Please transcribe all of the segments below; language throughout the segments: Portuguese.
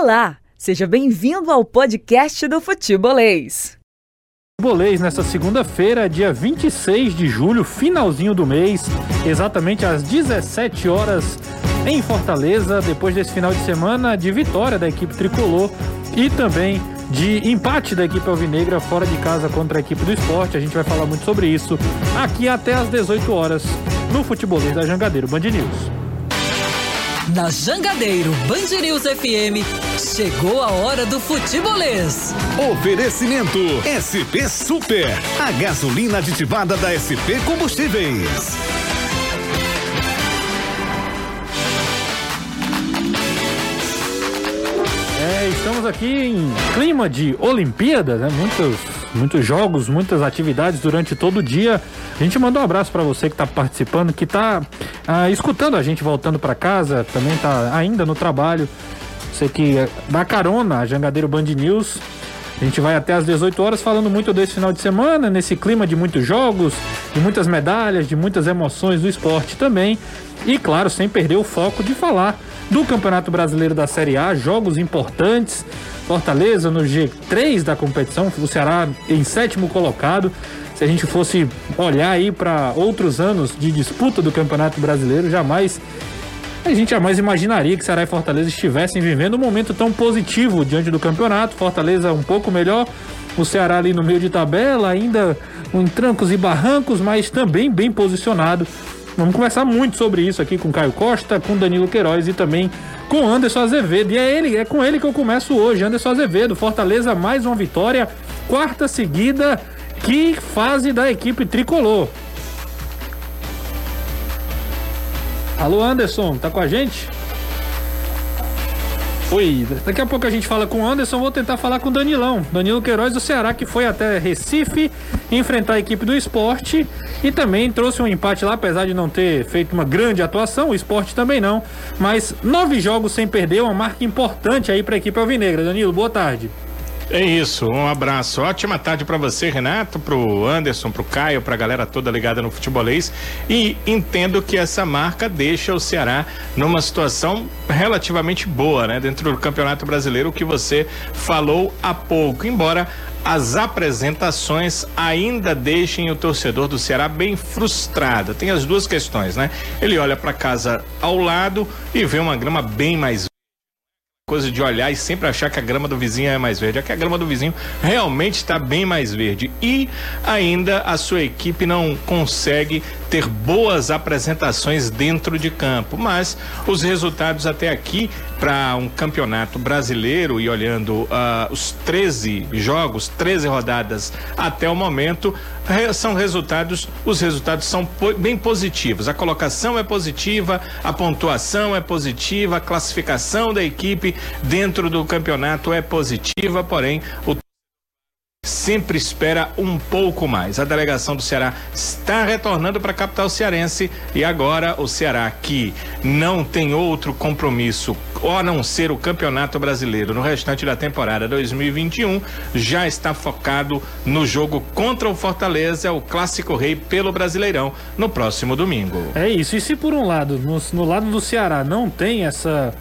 Olá, seja bem-vindo ao podcast do Futebolês. Futebolês nessa segunda-feira, dia 26 de julho, finalzinho do mês, exatamente às 17 horas em Fortaleza, depois desse final de semana de vitória da equipe tricolor e também de empate da equipe alvinegra fora de casa contra a equipe do Sport. A gente vai falar muito sobre isso aqui até às 18 horas no Futebolês da Jangadeiro Band News. Na Jangadeiro Band News FM, chegou a hora do Futebolês. Oferecimento SP Super, a gasolina aditivada da SP Combustíveis. Estamos aqui em clima de Olimpíadas, né? Muitos jogos, muitas atividades durante todo o dia. A gente manda um abraço para você que está participando, que está escutando a gente voltando para casa, também está ainda no trabalho. Você que dá carona a Jangadeiro Band News. A gente vai até às 18 horas falando muito desse final de semana, nesse clima de muitos jogos, de muitas medalhas, de muitas emoções do esporte também. E claro, sem perder o foco de falar do Campeonato Brasileiro da Série A, jogos importantes. Fortaleza no G3 da competição, o Ceará em 7º colocado. Se a gente fosse olhar aí para outros anos de disputa do Campeonato Brasileiro, a gente jamais imaginaria que Ceará e Fortaleza estivessem vivendo um momento tão positivo diante do campeonato. Fortaleza um pouco melhor, o Ceará ali no meio de tabela, ainda em trancos e barrancos, mas também bem posicionado. Vamos conversar muito sobre isso aqui com Caio Costa, com Danilo Queiroz e também com Anderson Azevedo. E é com ele que eu começo hoje, Anderson Azevedo. Fortaleza, mais uma vitória, 4ª seguida. Que fase da equipe tricolor. Alô, Anderson, tá com a gente? Oi, daqui a pouco a gente fala com o Anderson, vou tentar falar com o Danilo Queiroz do Ceará, que foi até Recife enfrentar a equipe do Sport e também trouxe um empate lá, apesar de não ter feito uma grande atuação, o Sport também não, mas 9 jogos sem perder, uma marca importante aí para a equipe alvinegra. Danilo, boa tarde. É isso, um abraço, ótima tarde para você, Renato, pro Anderson, pro Caio, pra galera toda ligada no Futebolês, e entendo que essa marca deixa o Ceará numa situação relativamente boa, né, dentro do Campeonato Brasileiro, o que você falou há pouco, embora as apresentações ainda deixem o torcedor do Ceará bem frustrado. Tem as duas questões, né? Ele olha para casa ao lado e vê uma grama bem mais coisa de olhar e sempre achar que a grama do vizinho é mais verde, é que a grama do vizinho realmente está bem mais verde e ainda a sua equipe não consegue ter boas apresentações dentro de campo, mas os resultados até aqui para um campeonato brasileiro e olhando os 13 jogos, 13 rodadas até o momento, os resultados são bem positivos, a colocação é positiva, a pontuação é positiva, a classificação da equipe dentro do campeonato é positiva, porém o sempre espera um pouco mais. A delegação do Ceará está retornando para a capital cearense e agora o Ceará, que não tem outro compromisso a não ser o Campeonato Brasileiro no restante da temporada 2021, já está focado no jogo contra o Fortaleza, o Clássico Rei pelo Brasileirão, no próximo domingo. É isso, e se por um lado, no lado do Ceará não tem essa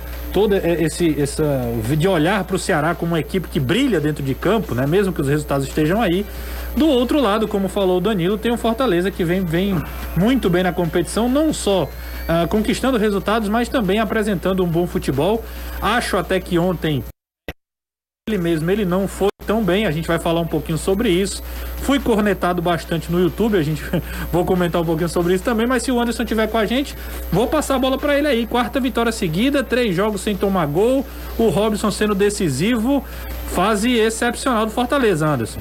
de olhar para o Ceará como uma equipe que brilha dentro de campo, né? Mesmo que os resultados estejam aí, do outro lado, como falou o Danilo, tem o Fortaleza que vem muito bem na competição, não só conquistando resultados, mas também apresentando um bom futebol. Acho até que ontem ele não foi tão bem, a gente vai falar um pouquinho sobre isso. Fui cornetado bastante no YouTube, vou comentar um pouquinho sobre isso também, mas se o Anderson estiver com a gente, vou passar a bola para ele aí. 4ª vitória seguida, 3 jogos sem tomar gol, o Robson sendo decisivo, fase excepcional do Fortaleza, Anderson.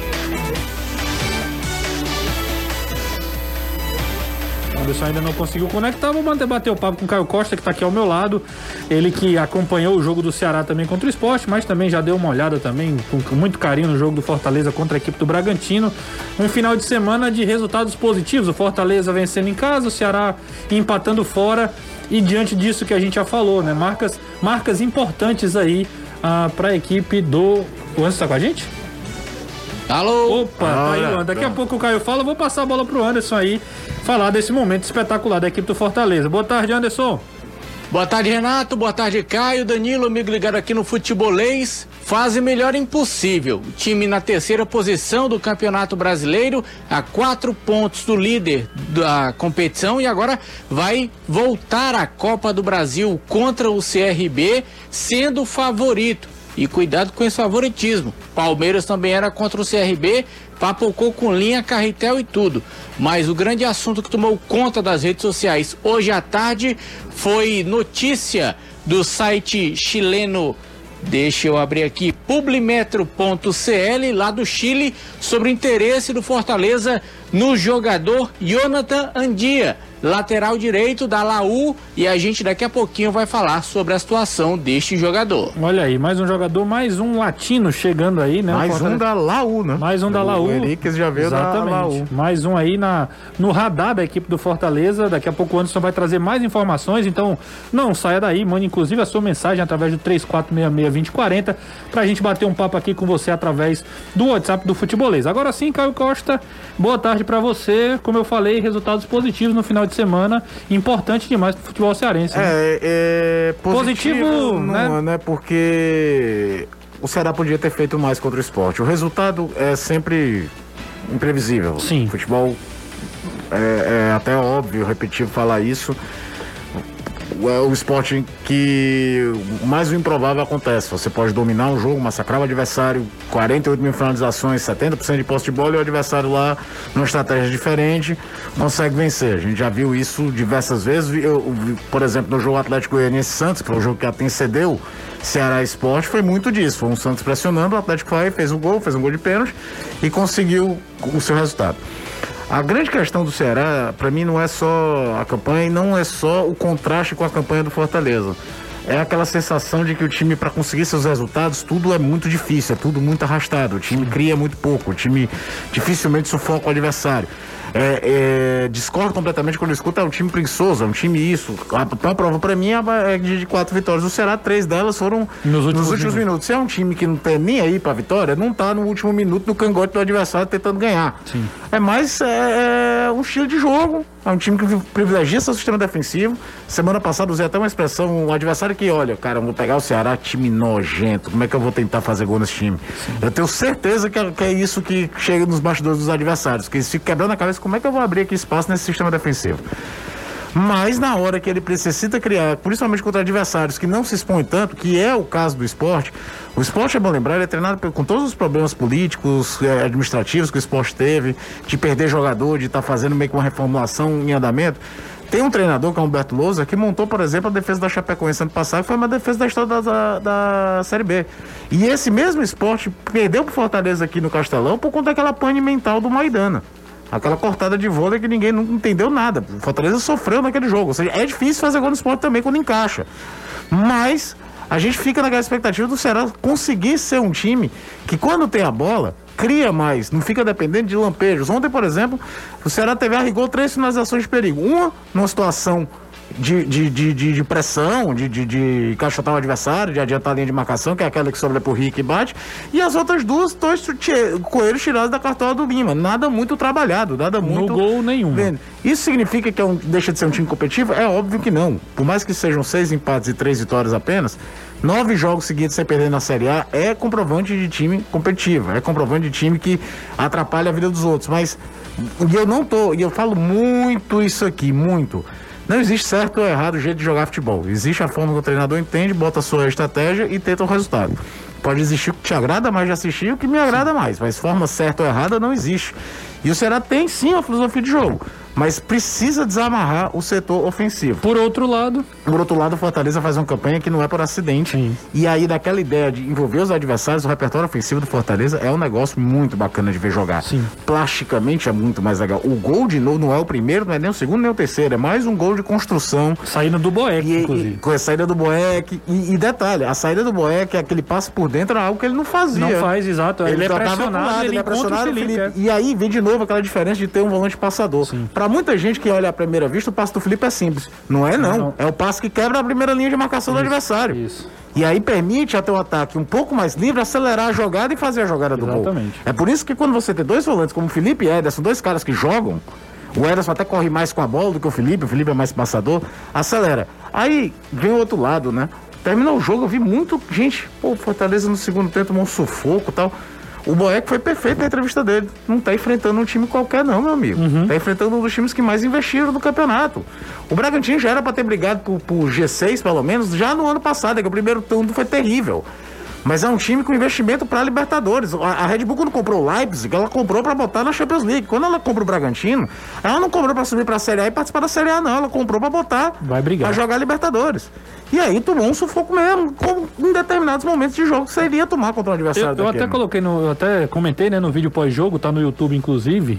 O Anderson ainda não conseguiu conectar, vou bater o papo com o Caio Costa, que está aqui ao meu lado, ele que acompanhou o jogo do Ceará também contra o Sport, mas também já deu uma olhada também com muito carinho no jogo do Fortaleza contra a equipe do Bragantino. Um final de semana de resultados positivos, o Fortaleza vencendo em casa, o Ceará empatando fora, e diante disso que a gente já falou, né, marcas importantes aí para a equipe do... O Anderson está com a gente? Alô? Opa, tá aí, daqui a pouco o Caio fala, vou passar a bola pro Anderson aí, falar desse momento espetacular da equipe do Fortaleza. Boa tarde, Anderson. Boa tarde, Renato. Boa tarde, Caio. Danilo, amigo ligado aqui no Futebolês. Fase melhor impossível. O time na terceira posição do Campeonato Brasileiro, a 4 pontos do líder da competição, e agora vai voltar à Copa do Brasil contra o CRB, sendo favorito. E cuidado com esse favoritismo. Palmeiras também era contra o CRB, papocou com linha, carretel e tudo. Mas o grande assunto que tomou conta das redes sociais hoje à tarde foi notícia do site chileno, deixa eu abrir aqui, Publimetro.cl, lá do Chile, sobre o interesse do Fortaleza no jogador Jonathan Andia, lateral direito da Laú, e a gente daqui a pouquinho vai falar sobre a situação deste jogador. Olha aí, mais um jogador, mais um latino chegando aí, né? Mais um da Laú, né? Mais um da Laú. O Henrique já veio da Laú. Mais um aí no radar da equipe do Fortaleza. Daqui a pouco o Anderson vai trazer mais informações, então não saia daí, mande inclusive a sua mensagem através do 3466-2040 pra gente bater um papo aqui com você através do WhatsApp do Futebolês. Agora sim, Caio Costa, boa tarde pra você. Como eu falei, resultados positivos no final de semana, importante demais pro futebol cearense. Né? Positivo né? Né? Porque o Ceará podia ter feito mais contra o Sport. O resultado é sempre imprevisível. Sim. O futebol é até óbvio, repetitivo falar isso. O esporte que mais o improvável acontece. Você pode dominar um jogo, massacrar o adversário, 48 mil finalizações, 70% de posse de bola, e o adversário lá, numa estratégia diferente, consegue vencer. A gente já viu isso diversas vezes. Por exemplo, no jogo Atlético Goianiense Santos, que foi o jogo que até cedeu Ceará Sport, foi muito disso. Foi um Santos pressionando, o Atlético fez um gol de pênalti e conseguiu o seu resultado. A grande questão do Ceará, para mim, não é só a campanha e não é só o contraste com a campanha do Fortaleza. É aquela sensação de que o time, para conseguir seus resultados, tudo é muito difícil, é tudo muito arrastado. O time cria muito pouco, o time dificilmente sufoca o adversário. Discordo completamente quando eu escuto, é um time preguiçoso, é um time isso. A prova pra mim é de 4 vitórias. O Ceará, 3 delas foram nos últimos minutos. Se é um time que não tem nem aí pra vitória, não tá no último minuto no cangote do adversário tentando ganhar. Sim. É mais um estilo de jogo. É um time que privilegia seu sistema defensivo. Semana passada usei até uma expressão, um adversário que, olha, cara, eu vou pegar o Ceará, time nojento, como é que eu vou tentar fazer gol nesse time? Sim. Eu tenho certeza que é isso que chega nos bastidores dos adversários, que eles ficam quebrando a cabeça, como é que eu vou abrir aqui espaço nesse sistema defensivo? Mas na hora que ele necessita criar, principalmente contra adversários que não se expõem tanto, que é o caso do esporte, o esporte, é bom lembrar, ele é treinado com todos os problemas políticos, administrativos que o esporte teve, de perder jogador, de estar fazendo meio que uma reformulação em andamento. Tem um treinador, que é o Humberto Lousa, que montou, por exemplo, a defesa da Chapecoense ano passado, que foi uma defesa da história da Série B. E esse mesmo esporte perdeu pro Fortaleza aqui no Castelão por conta daquela pane mental do Maidana. Aquela cortada de vôlei que ninguém nunca entendeu nada. O Fortaleza sofreu naquele jogo. Ou seja, é difícil fazer gol no esporte também quando encaixa. Mas a gente fica naquela expectativa do Ceará conseguir ser um time que, quando tem a bola, cria mais, não fica dependendo de lampejos. Ontem, por exemplo, o Ceará teve a rigor 3 finalizações de perigo. Uma numa situação de pressão, de encaixotar o adversário, de adiantar a linha de marcação, que é aquela que sobra pro Rick e bate, e as outras dois coelhos tirados da cartola do Lima. Nada muito trabalhado, nada muito... No gol nenhum. Isso significa que deixa de ser um time competitivo? É óbvio que não. Por mais que sejam 6 empates e 3 vitórias apenas, 9 jogos seguidos sem perder na Série A é comprovante de time competitivo, é comprovante de time que atrapalha a vida dos outros. Mas eu falo muito isso aqui, muito. Não existe certo ou errado o jeito de jogar futebol. Existe a forma que o treinador entende, bota a sua estratégia e tenta o resultado. Pode existir o que te agrada mais de assistir e o que me agrada mais, mas forma certa ou errada não existe. E o Ceará tem sim uma filosofia de jogo, mas precisa desamarrar o setor ofensivo. Por outro lado, o Fortaleza faz uma campanha que não é por acidente. Sim. E aí, daquela ideia de envolver os adversários, o repertório ofensivo do Fortaleza é um negócio muito bacana de ver jogar. Sim. Plasticamente é muito mais legal. O gol de novo não é o primeiro, não é nem o segundo, nem o terceiro. É mais um gol de construção. Saída do Boeck, inclusive. Com a saída do Boeck. E detalhe, a saída do Boeck, aquele passe por dentro, era algo que ele não fazia. Não faz, exato. Ele é pressionado, ele encontra o Felipe. E aí vem de novo aquela diferença de ter um volante passador. Para muita gente que olha à primeira vista, o passe do Felipe é simples. Não é, não. É o passe que quebra a primeira linha de marcação do adversário. Isso. E aí permite até o ataque um pouco mais livre, acelerar a jogada e fazer a jogada do gol. É por isso que quando você tem 2 volantes como o Felipe e Ederson, 2 caras que jogam, o Ederson até corre mais com a bola do que o Felipe é mais passador, acelera. Aí vem o outro lado, né? Terminou o jogo, eu vi muito gente, o Fortaleza no segundo tempo tomou um sufoco e tal. O Boeck foi perfeito na entrevista dele. Não tá enfrentando um time qualquer não, meu amigo. Tá enfrentando um dos times que mais investiram no campeonato. O Bragantino já era pra ter brigado por G6, pelo menos, já no ano passado, que o primeiro turno foi terrível. Mas é um time com investimento para Libertadores. A Red Bull, quando comprou o Leipzig, ela comprou para botar na Champions League. Quando ela compra o Bragantino, ela não comprou para subir para a Série A e participar da Série A, não. Ela comprou para botar, vai brigar, para jogar Libertadores. E aí tomou um sufoco mesmo, como em determinados momentos de jogo que você iria tomar contra o adversário. Eu até coloquei, eu até comentei, né, no vídeo pós-jogo, tá no YouTube inclusive,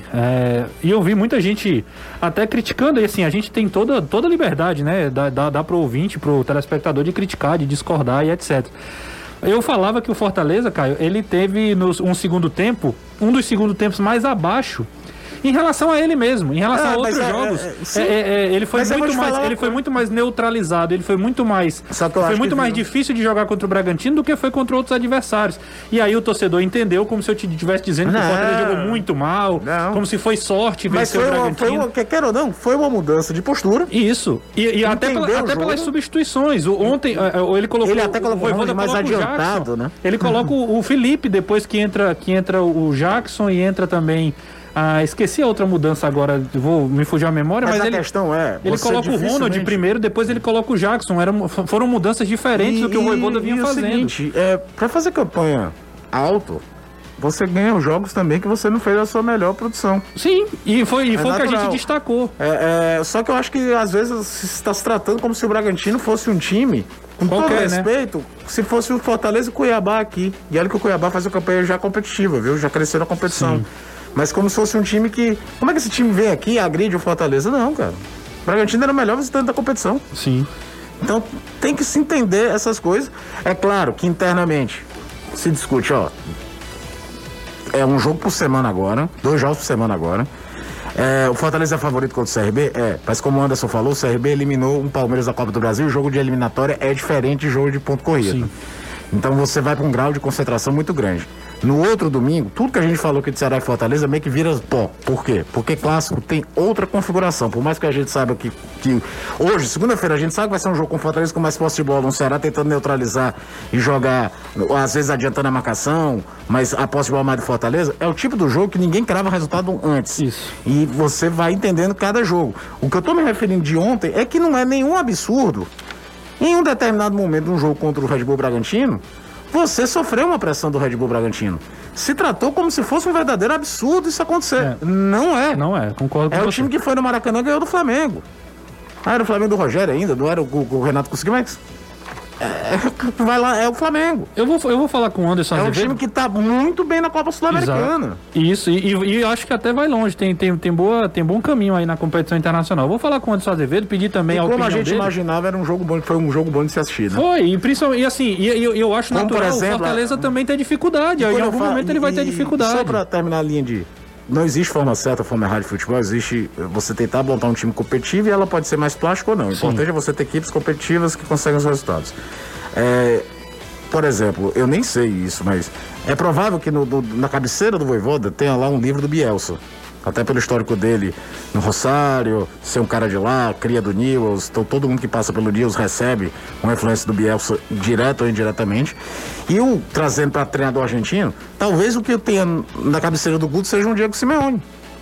e eu vi muita gente até criticando, e assim, a gente tem toda a liberdade, né, dá pro ouvinte, pro telespectador de criticar, de discordar e etc. Eu falava que o Fortaleza, Caio, ele teve um segundo tempo, um dos segundos tempos mais abaixo em relação a ele mesmo, em relação a outros jogos. Ele foi muito mais neutralizado, ele foi muito mais difícil de jogar contra o Bragantino do que foi contra outros adversários. E aí o torcedor entendeu como se eu estivesse dizendo que o Fortaleza jogou muito mal, como se foi sorte vencer o Bragantino. Quer ou não, foi uma mudança de postura. Isso. E até pelas substituições. Ontem ele colocou o Voivoda mais adiantado, né? Ele coloca o Felipe depois que entra o Jackson e entra também. Esqueci a outra mudança agora, vou me fugir a memória, mas a questão ele coloca o Ronald primeiro, depois ele coloca o Jackson. Foram mudanças diferentes do que o Voivoda vinha fazendo. É o seguinte, para fazer campanha alto, você ganha os jogos também que você não fez a sua melhor produção. Sim, e foi o que a gente destacou. Só que eu acho que às vezes se está se tratando como se o Bragantino fosse um time, com todo respeito, né? Se fosse o Fortaleza e o Cuiabá aqui. E olha que o Cuiabá faz uma campanha já competitiva, viu? Já cresceu na competição. Sim. Mas como se fosse um time que... Como é que esse time vem aqui e agride o Fortaleza? Não, cara. O Bragantino era o melhor visitante da competição. Sim. Então tem que se entender essas coisas. É claro que internamente se discute, é um jogo por semana agora, 2 jogos por semana agora. O Fortaleza é favorito contra o CRB? Mas como o Anderson falou, o CRB eliminou um Palmeiras da Copa do Brasil. O jogo de eliminatória é diferente de jogo de ponto corrido. Sim. Então você vai para um grau de concentração muito grande. No outro domingo, tudo que a gente falou aqui de Ceará e Fortaleza meio que vira pó. Por quê? Porque clássico tem outra configuração. Por mais que a gente saiba que hoje, segunda-feira, a gente sabe que vai ser um jogo com Fortaleza com mais posse de bola, um Ceará tentando neutralizar e jogar, às vezes adiantando a marcação, mas a posse de bola mais do Fortaleza é o tipo do jogo que ninguém crava resultado antes. Isso. E você vai entendendo cada jogo. O que eu tô me referindo de ontem é que não é nenhum absurdo. Em um determinado momento, num jogo contra o Red Bull Bragantino, você sofreu uma pressão do Red Bull Bragantino. Se tratou como se fosse um verdadeiro absurdo isso acontecer. Não é. Não é, concordo com você. É o time que foi no Maracanã e ganhou do Flamengo. Era o Flamengo do Rogério ainda, não era o Renato conseguiu, mas... vai lá, é o Flamengo. Eu vou falar com o Anderson Azevedo. É um time que tá muito bem na Copa Sul-Americana. Isso, e acho que até vai longe, tem bom caminho aí na competição internacional. Eu vou falar com o Anderson Azevedo, pedir também a opinião dele. Como a gente imaginava, era um jogo bom, foi um jogo bom de se assistir, né? Foi, e principalmente, e assim, eu acho como, natural, exemplo, o Fortaleza também tem dificuldade, em algum momento ele vai ter dificuldade. Só pra terminar a linha de... Não existe forma certa, forma errada de futebol, existe você tentar montar um time competitivo e ela pode ser mais plástica ou não. O importante é você ter equipes competitivas que conseguem os resultados. Por exemplo, eu nem sei isso, mas é provável que na cabeceira do Voivoda tenha lá um livro do Bielsa. Até pelo histórico dele no Rosário, ser um cara de lá, cria do Newell's, então todo mundo que passa pelo Newell's recebe uma influência do Bielsa direto ou indiretamente. E o trazendo para treinador argentino, talvez o que eu tenha na cabeceira do Guto seja um Diego Simeone.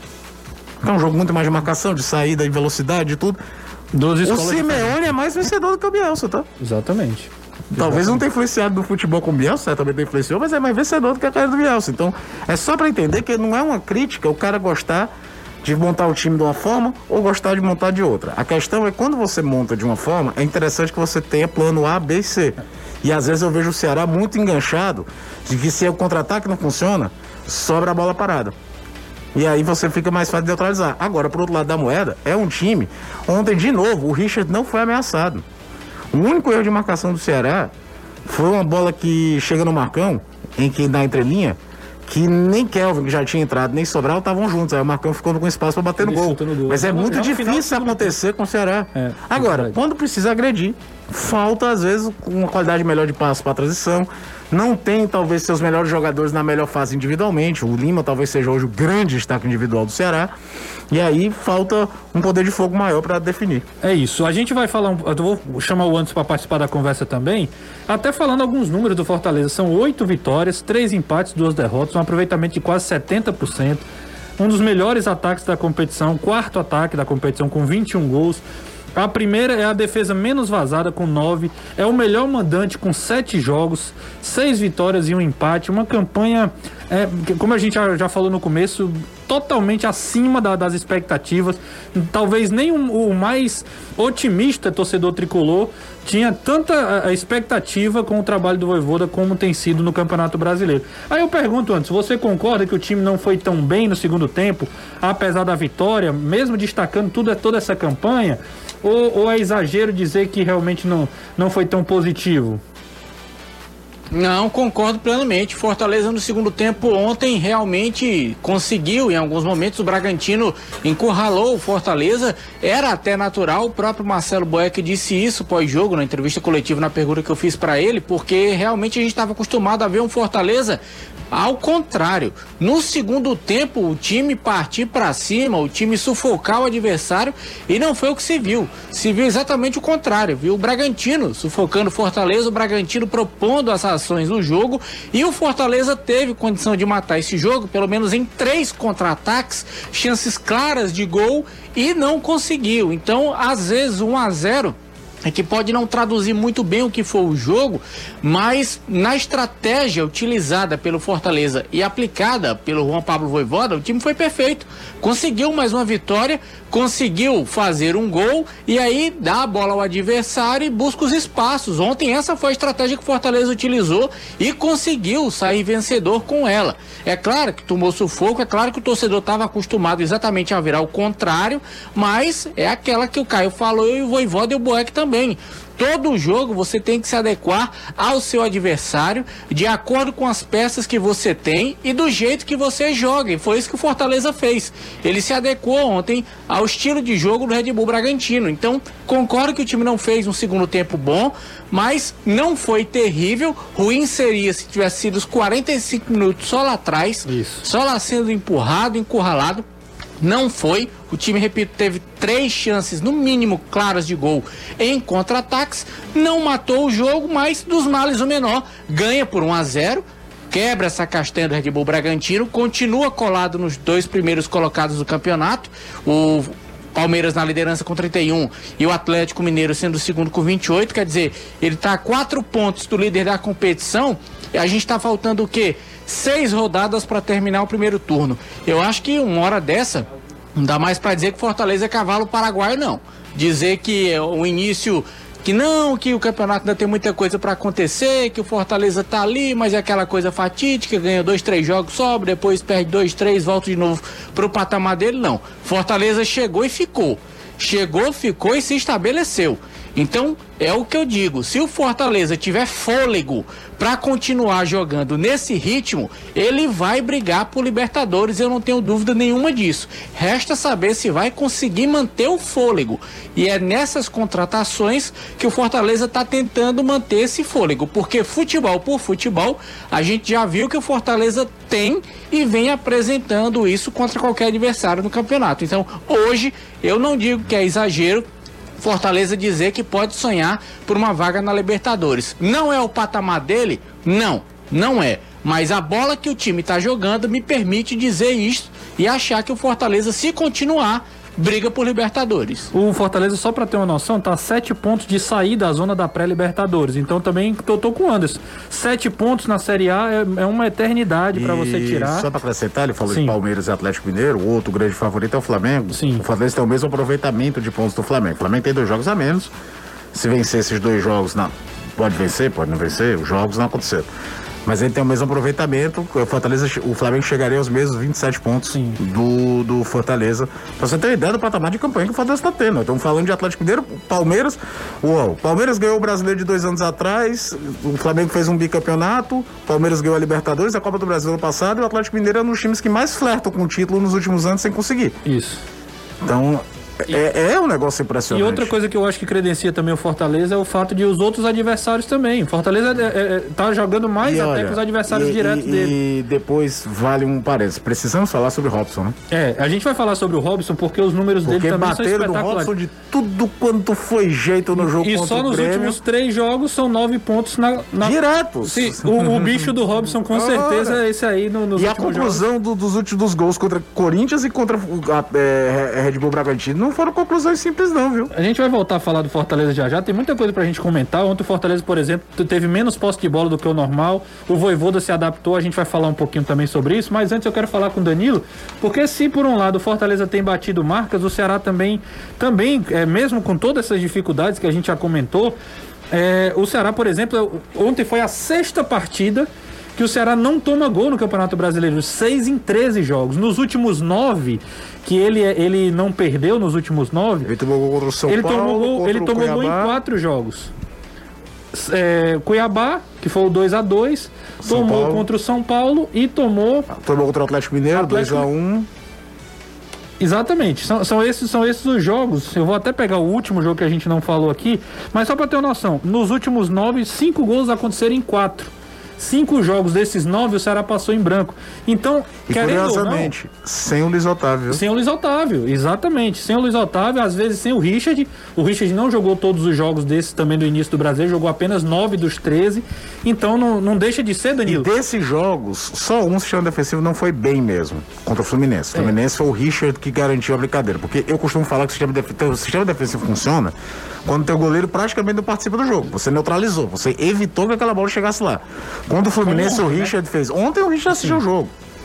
É um jogo muito mais de marcação, de saída, de velocidade, de tudo. O Simeone é mais vencedor do que o Bielsa, tá? Exatamente. Talvez não tenha influenciado no futebol com o Bielsa, também tem influenciou, mas é mais vencedor do que a carreira do Bielsa. Então, é só para entender que não é uma crítica o cara gostar de montar o time de uma forma ou gostar de montar de outra. A questão é quando você monta de uma forma, é interessante que você tenha plano A, B e C. E às vezes eu vejo o Ceará muito enganchado de que se o contra-ataque não funciona, sobra a bola parada. E aí você fica mais fácil de neutralizar. Agora, pro outro lado da moeda, é um time. Ontem, de novo, o Richard não foi ameaçado. O único erro de marcação do Ceará foi uma bola que chega no Marcão, em que na entrelinha, que nem Kelvin, que já tinha entrado, nem Sobral estavam juntos. Aí o Marcão ficou com espaço para bater no gol. Mas é muito difícil acontecer com o Ceará. Agora, quando precisa agredir, falta, às vezes, uma qualidade melhor de passe para transição. Não tem, talvez, seus melhores jogadores na melhor fase individualmente. O Lima talvez seja hoje o grande destaque individual do Ceará. E aí falta um poder de fogo maior para definir. É isso. A gente vai falar, eu vou chamar o Anderson para participar da conversa também, até falando alguns números do Fortaleza. São 8 vitórias, 3 empates, 2 derrotas, um aproveitamento de quase 70%. Um dos melhores ataques da competição, quarto ataque da competição com 21 gols. A primeira é a defesa menos vazada com 9, é o melhor mandante com 7 jogos, 6 vitórias e um empate, uma campanha, como a gente já falou no começo, totalmente acima das expectativas. Talvez nem o mais otimista torcedor tricolor tinha tanta expectativa com o trabalho do Vojvoda como tem sido no Campeonato Brasileiro. Aí eu pergunto antes, você concorda que o time não foi tão bem no segundo tempo, apesar da vitória, mesmo destacando toda essa campanha? Ou é exagero dizer que realmente não foi tão positivo? Não, concordo plenamente. Fortaleza no segundo tempo ontem realmente conseguiu, em alguns momentos o Bragantino encurralou o Fortaleza, era até natural, o próprio Marcelo Boeck disse isso pós-jogo, na entrevista coletiva, na pergunta que eu fiz para ele, porque realmente a gente estava acostumado a ver um Fortaleza ao contrário. No segundo tempo, o time partir para cima, o time sufocar o adversário, e não foi o que se viu. Se viu exatamente o contrário. Viu o Bragantino sufocando o Fortaleza, o Bragantino propondo as ações no jogo, e o Fortaleza teve condição de matar esse jogo, pelo menos em 3 contra-ataques, chances claras de gol, e não conseguiu. Então, às vezes, 1-0 é que pode não traduzir muito bem o que foi o jogo, mas na estratégia utilizada pelo Fortaleza e aplicada pelo Juan Pablo Vojvoda, o time foi perfeito. Conseguiu mais uma vitória, conseguiu fazer um gol e aí dá a bola ao adversário e busca os espaços. Ontem essa foi a estratégia que o Fortaleza utilizou e conseguiu sair vencedor com ela. É claro que tomou sufoco, é claro que o torcedor estava acostumado exatamente a virar o contrário, mas é aquela que o Caio falou e o Vojvoda e o Boeck também. Todo jogo você tem que se adequar ao seu adversário, de acordo com as peças que você tem e do jeito que você joga. E foi isso que o Fortaleza fez. Ele se adequou ontem ao estilo de jogo do Red Bull Bragantino. Então, concordo que o time não fez um segundo tempo bom, mas não foi terrível. Ruim seria se tivesse sido os 45 minutos só lá atrás, só lá sendo empurrado, encurralado. Não foi. O time, repito, teve 3 chances, no mínimo, claras de gol em contra-ataques. Não matou o jogo, mas dos males o menor. Ganha por 1-0, quebra essa castanha do Red Bull Bragantino, continua colado nos 2 primeiros colocados do campeonato. O Palmeiras na liderança com 31 e o Atlético Mineiro sendo o segundo com 28. Quer dizer, ele está a 4 pontos do líder da competição. E a gente está faltando o quê? 6 rodadas para terminar o primeiro turno. Eu acho que uma hora dessa não dá mais para dizer que Fortaleza é cavalo paraguaio, não. Dizer que é o início, que não, que o campeonato ainda tem muita coisa para acontecer, que o Fortaleza tá ali, mas é aquela coisa fatídica, ganha 2, 3 jogos, sobe, depois perde 2, 3, volta de novo pro patamar dele, não. Fortaleza chegou e ficou. Chegou, ficou e se estabeleceu. Então, é o que eu digo, se o Fortaleza tiver fôlego para continuar jogando nesse ritmo, ele vai brigar por Libertadores, eu não tenho dúvida nenhuma disso. Resta saber se vai conseguir manter o fôlego. E é nessas contratações que o Fortaleza está tentando manter esse fôlego, porque futebol por futebol, a gente já viu que o Fortaleza tem e vem apresentando isso contra qualquer adversário no campeonato. Então, hoje, eu não digo que é exagero Fortaleza dizer que pode sonhar por uma vaga na Libertadores. Não é o patamar dele? Não é. Mas a bola que o time está jogando me permite dizer isso e achar que o Fortaleza, se continuar, briga por Libertadores. O Fortaleza, só para ter uma noção, tá a 7 pontos de sair da zona da pré-Libertadores. Então também tô com o Anderson. 7 pontos na Série A é uma eternidade para você tirar. Só para acrescentar, ele falou de Palmeiras e Atlético Mineiro, o outro grande favorito é o Flamengo. Sim. O Fortaleza tem o mesmo aproveitamento de pontos do Flamengo. O Flamengo tem 2 jogos a menos. Se vencer esses 2 jogos, pode vencer, pode não vencer, os jogos não aconteceram. Mas ele tem o mesmo aproveitamento. O Flamengo chegaria aos mesmos 27 pontos do Fortaleza. Pra você ter uma ideia do patamar de campanha que o Fortaleza está tendo. Estamos falando de Atlético Mineiro, Palmeiras. O Palmeiras ganhou o Brasileiro de 2 anos atrás. O Flamengo fez um bicampeonato. O Palmeiras ganhou a Libertadores, a Copa do Brasil ano passado. E o Atlético Mineiro é um dos times que mais flertam com o título nos últimos anos sem conseguir. Isso. Então, É um negócio impressionante. E outra coisa que eu acho que credencia também o Fortaleza é o fato de os outros adversários também. O Fortaleza tá jogando mais até que os adversários diretos dele. E depois vale um parênteses. Precisamos falar sobre o Robson, né? A gente vai falar sobre o Robson porque os números dele também são espetaculares. Bateram no Robson de tudo quanto foi jeito no jogo contra o Grêmio. E só nos últimos 3 jogos são 9 pontos diretos. Sim, o bicho do Robson com certeza é esse aí nos últimos jogos. E a conclusão dos últimos gols contra Corinthians e contra a Red Bull Bragantino não foram conclusões simples não, viu? A gente vai voltar a falar do Fortaleza já. Tem muita coisa pra gente comentar. Ontem o Fortaleza, por exemplo, teve menos posse de bola do que o normal. O Vojvoda se adaptou, a gente vai falar um pouquinho também sobre isso. Mas antes eu quero falar com o Danilo, porque se por um lado o Fortaleza tem batido marcas, o Ceará também mesmo com todas essas dificuldades que a gente já comentou, o Ceará, por exemplo, ontem foi a 6ª partida que o Ceará não toma gol no Campeonato Brasileiro, 6 em 13 jogos. Nos últimos 9, que ele não perdeu nos últimos 9, ele tomou gol contra o São Paulo, ele tomou gol em 4 jogos. Cuiabá, que foi o 2-2, tomou contra o São Paulo e tomou contra o Atlético Mineiro, 2-1. Exatamente, são esses os jogos. Eu vou até pegar o último jogo que a gente não falou aqui, mas só para ter uma noção, nos últimos 9, 5 gols aconteceram em 4. 5 jogos desses 9 o Ceará passou em branco. Então, curiosamente, sem o Luiz Otávio. Sem o Luiz Otávio, exatamente. Sem o Luiz Otávio, às vezes sem o Richard. O Richard não jogou todos os jogos desses também do início do Brasileiro, jogou apenas 9 dos 13. Então não deixa de ser, Danilo. E desses jogos, só um sistema defensivo não foi bem mesmo, contra o Fluminense. O Fluminense foi o Richard que garantiu a brincadeira. Porque eu costumo falar que o sistema defensivo funciona quando o teu goleiro praticamente não participa do jogo. Você neutralizou, você evitou que aquela bola chegasse lá. Quando o Fluminense, o Richard fez. Ontem o Richard assistiu o jogo.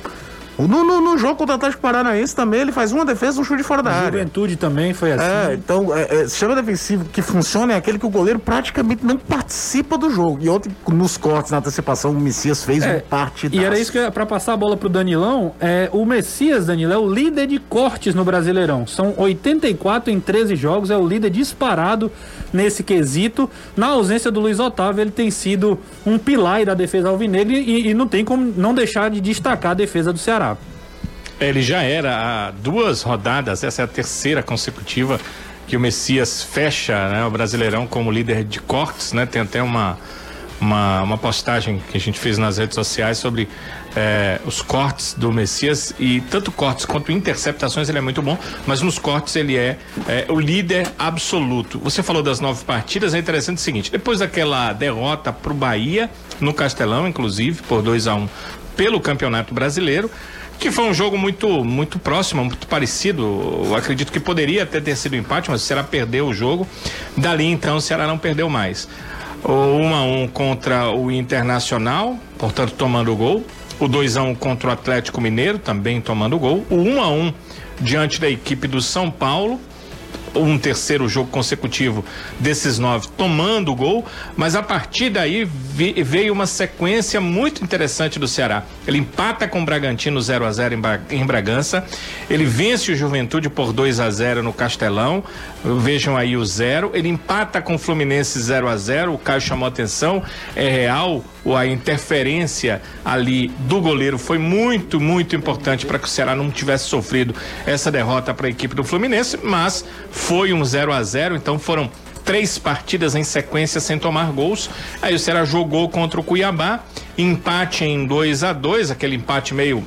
No jogo contra o Atlético Paranaense também, ele faz uma defesa, um chute fora da área. Juventude também foi assim. Então, sistema defensivo que funciona é aquele que o goleiro praticamente não participa do jogo. E ontem, nos cortes, na antecipação, o Messias fez um partidaço. E era isso que, pra passar a bola pro Danilão, o Messias, Danilo, é o líder de cortes no Brasileirão. São 84 em 13 jogos, é o líder disparado nesse quesito. Na ausência do Luiz Otávio, ele tem sido um pilar da defesa alvinegra e não tem como não deixar de destacar a defesa do Ceará. Ele já era há 2 rodadas, essa é a 3ª consecutiva que o Messias fecha, né, o Brasileirão como líder de cortes, né? Tem até uma postagem que a gente fez nas redes sociais sobre os cortes do Messias, e tanto cortes quanto interceptações ele é muito bom, mas nos cortes ele é o líder absoluto. Você falou das 9 partidas, é interessante o seguinte: depois daquela derrota pro Bahia no Castelão, inclusive por 2-1 pelo Campeonato Brasileiro, que foi um jogo muito próximo, muito parecido. Eu acredito que poderia até ter sido empate, mas o Ceará perdeu o jogo. Dali então o Ceará não perdeu mais. O 1-1 contra o Internacional, portanto tomando o gol. O 2-1 contra o Atlético Mineiro, também tomando o gol. O 1-1 diante da equipe do São Paulo, um 3º jogo consecutivo desses 9 tomando o gol, mas a partir daí veio uma sequência muito interessante do Ceará. Ele empata com o Bragantino 0-0 em Bragança, ele vence o Juventude por 2-0 no Castelão, vejam aí o 0, ele empata com o Fluminense 0-0, o Caio chamou atenção, é real, a interferência ali do goleiro foi muito importante para que o Ceará não tivesse sofrido essa derrota para a equipe do Fluminense, mas foi um 0-0, então foram 3 partidas em sequência sem tomar gols. Aí o Ceará jogou contra o Cuiabá, empate em 2-2, aquele empate meio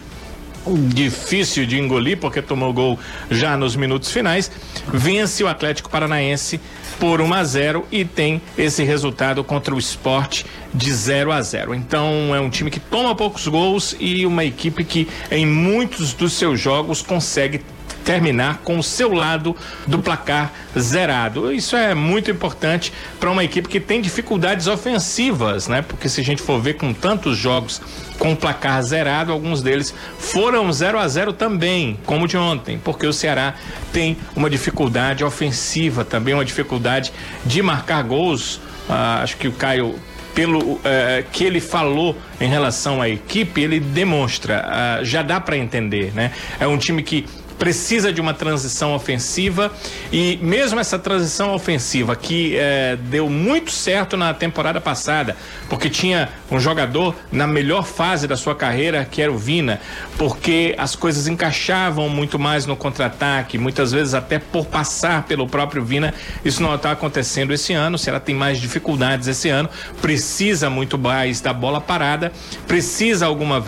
difícil de engolir porque tomou gol já nos minutos finais, vence o Atlético Paranaense por 1-0 e tem esse resultado contra o Sport de 0-0. Então é um time que toma poucos gols e uma equipe que em muitos dos seus jogos consegue terminar com o seu lado do placar zerado. Isso é muito importante para uma equipe que tem dificuldades ofensivas, né? Porque se a gente for ver com tantos jogos com o placar zerado, alguns deles foram 0-0 também, como o de ontem, porque o Ceará tem uma dificuldade ofensiva também, uma dificuldade de marcar gols. Acho que o Caio, pelo que ele falou em relação à equipe, ele demonstra, já dá para entender, né? É um time que precisa de uma transição ofensiva, e mesmo essa transição ofensiva que deu muito certo na temporada passada, porque tinha um jogador na melhor fase da sua carreira, que era o Vina, porque as coisas encaixavam muito mais no contra-ataque, muitas vezes até por passar pelo próprio Vina. Isso não está acontecendo esse ano. O Ceará tem mais dificuldades esse ano, precisa muito mais da bola parada, precisa algumas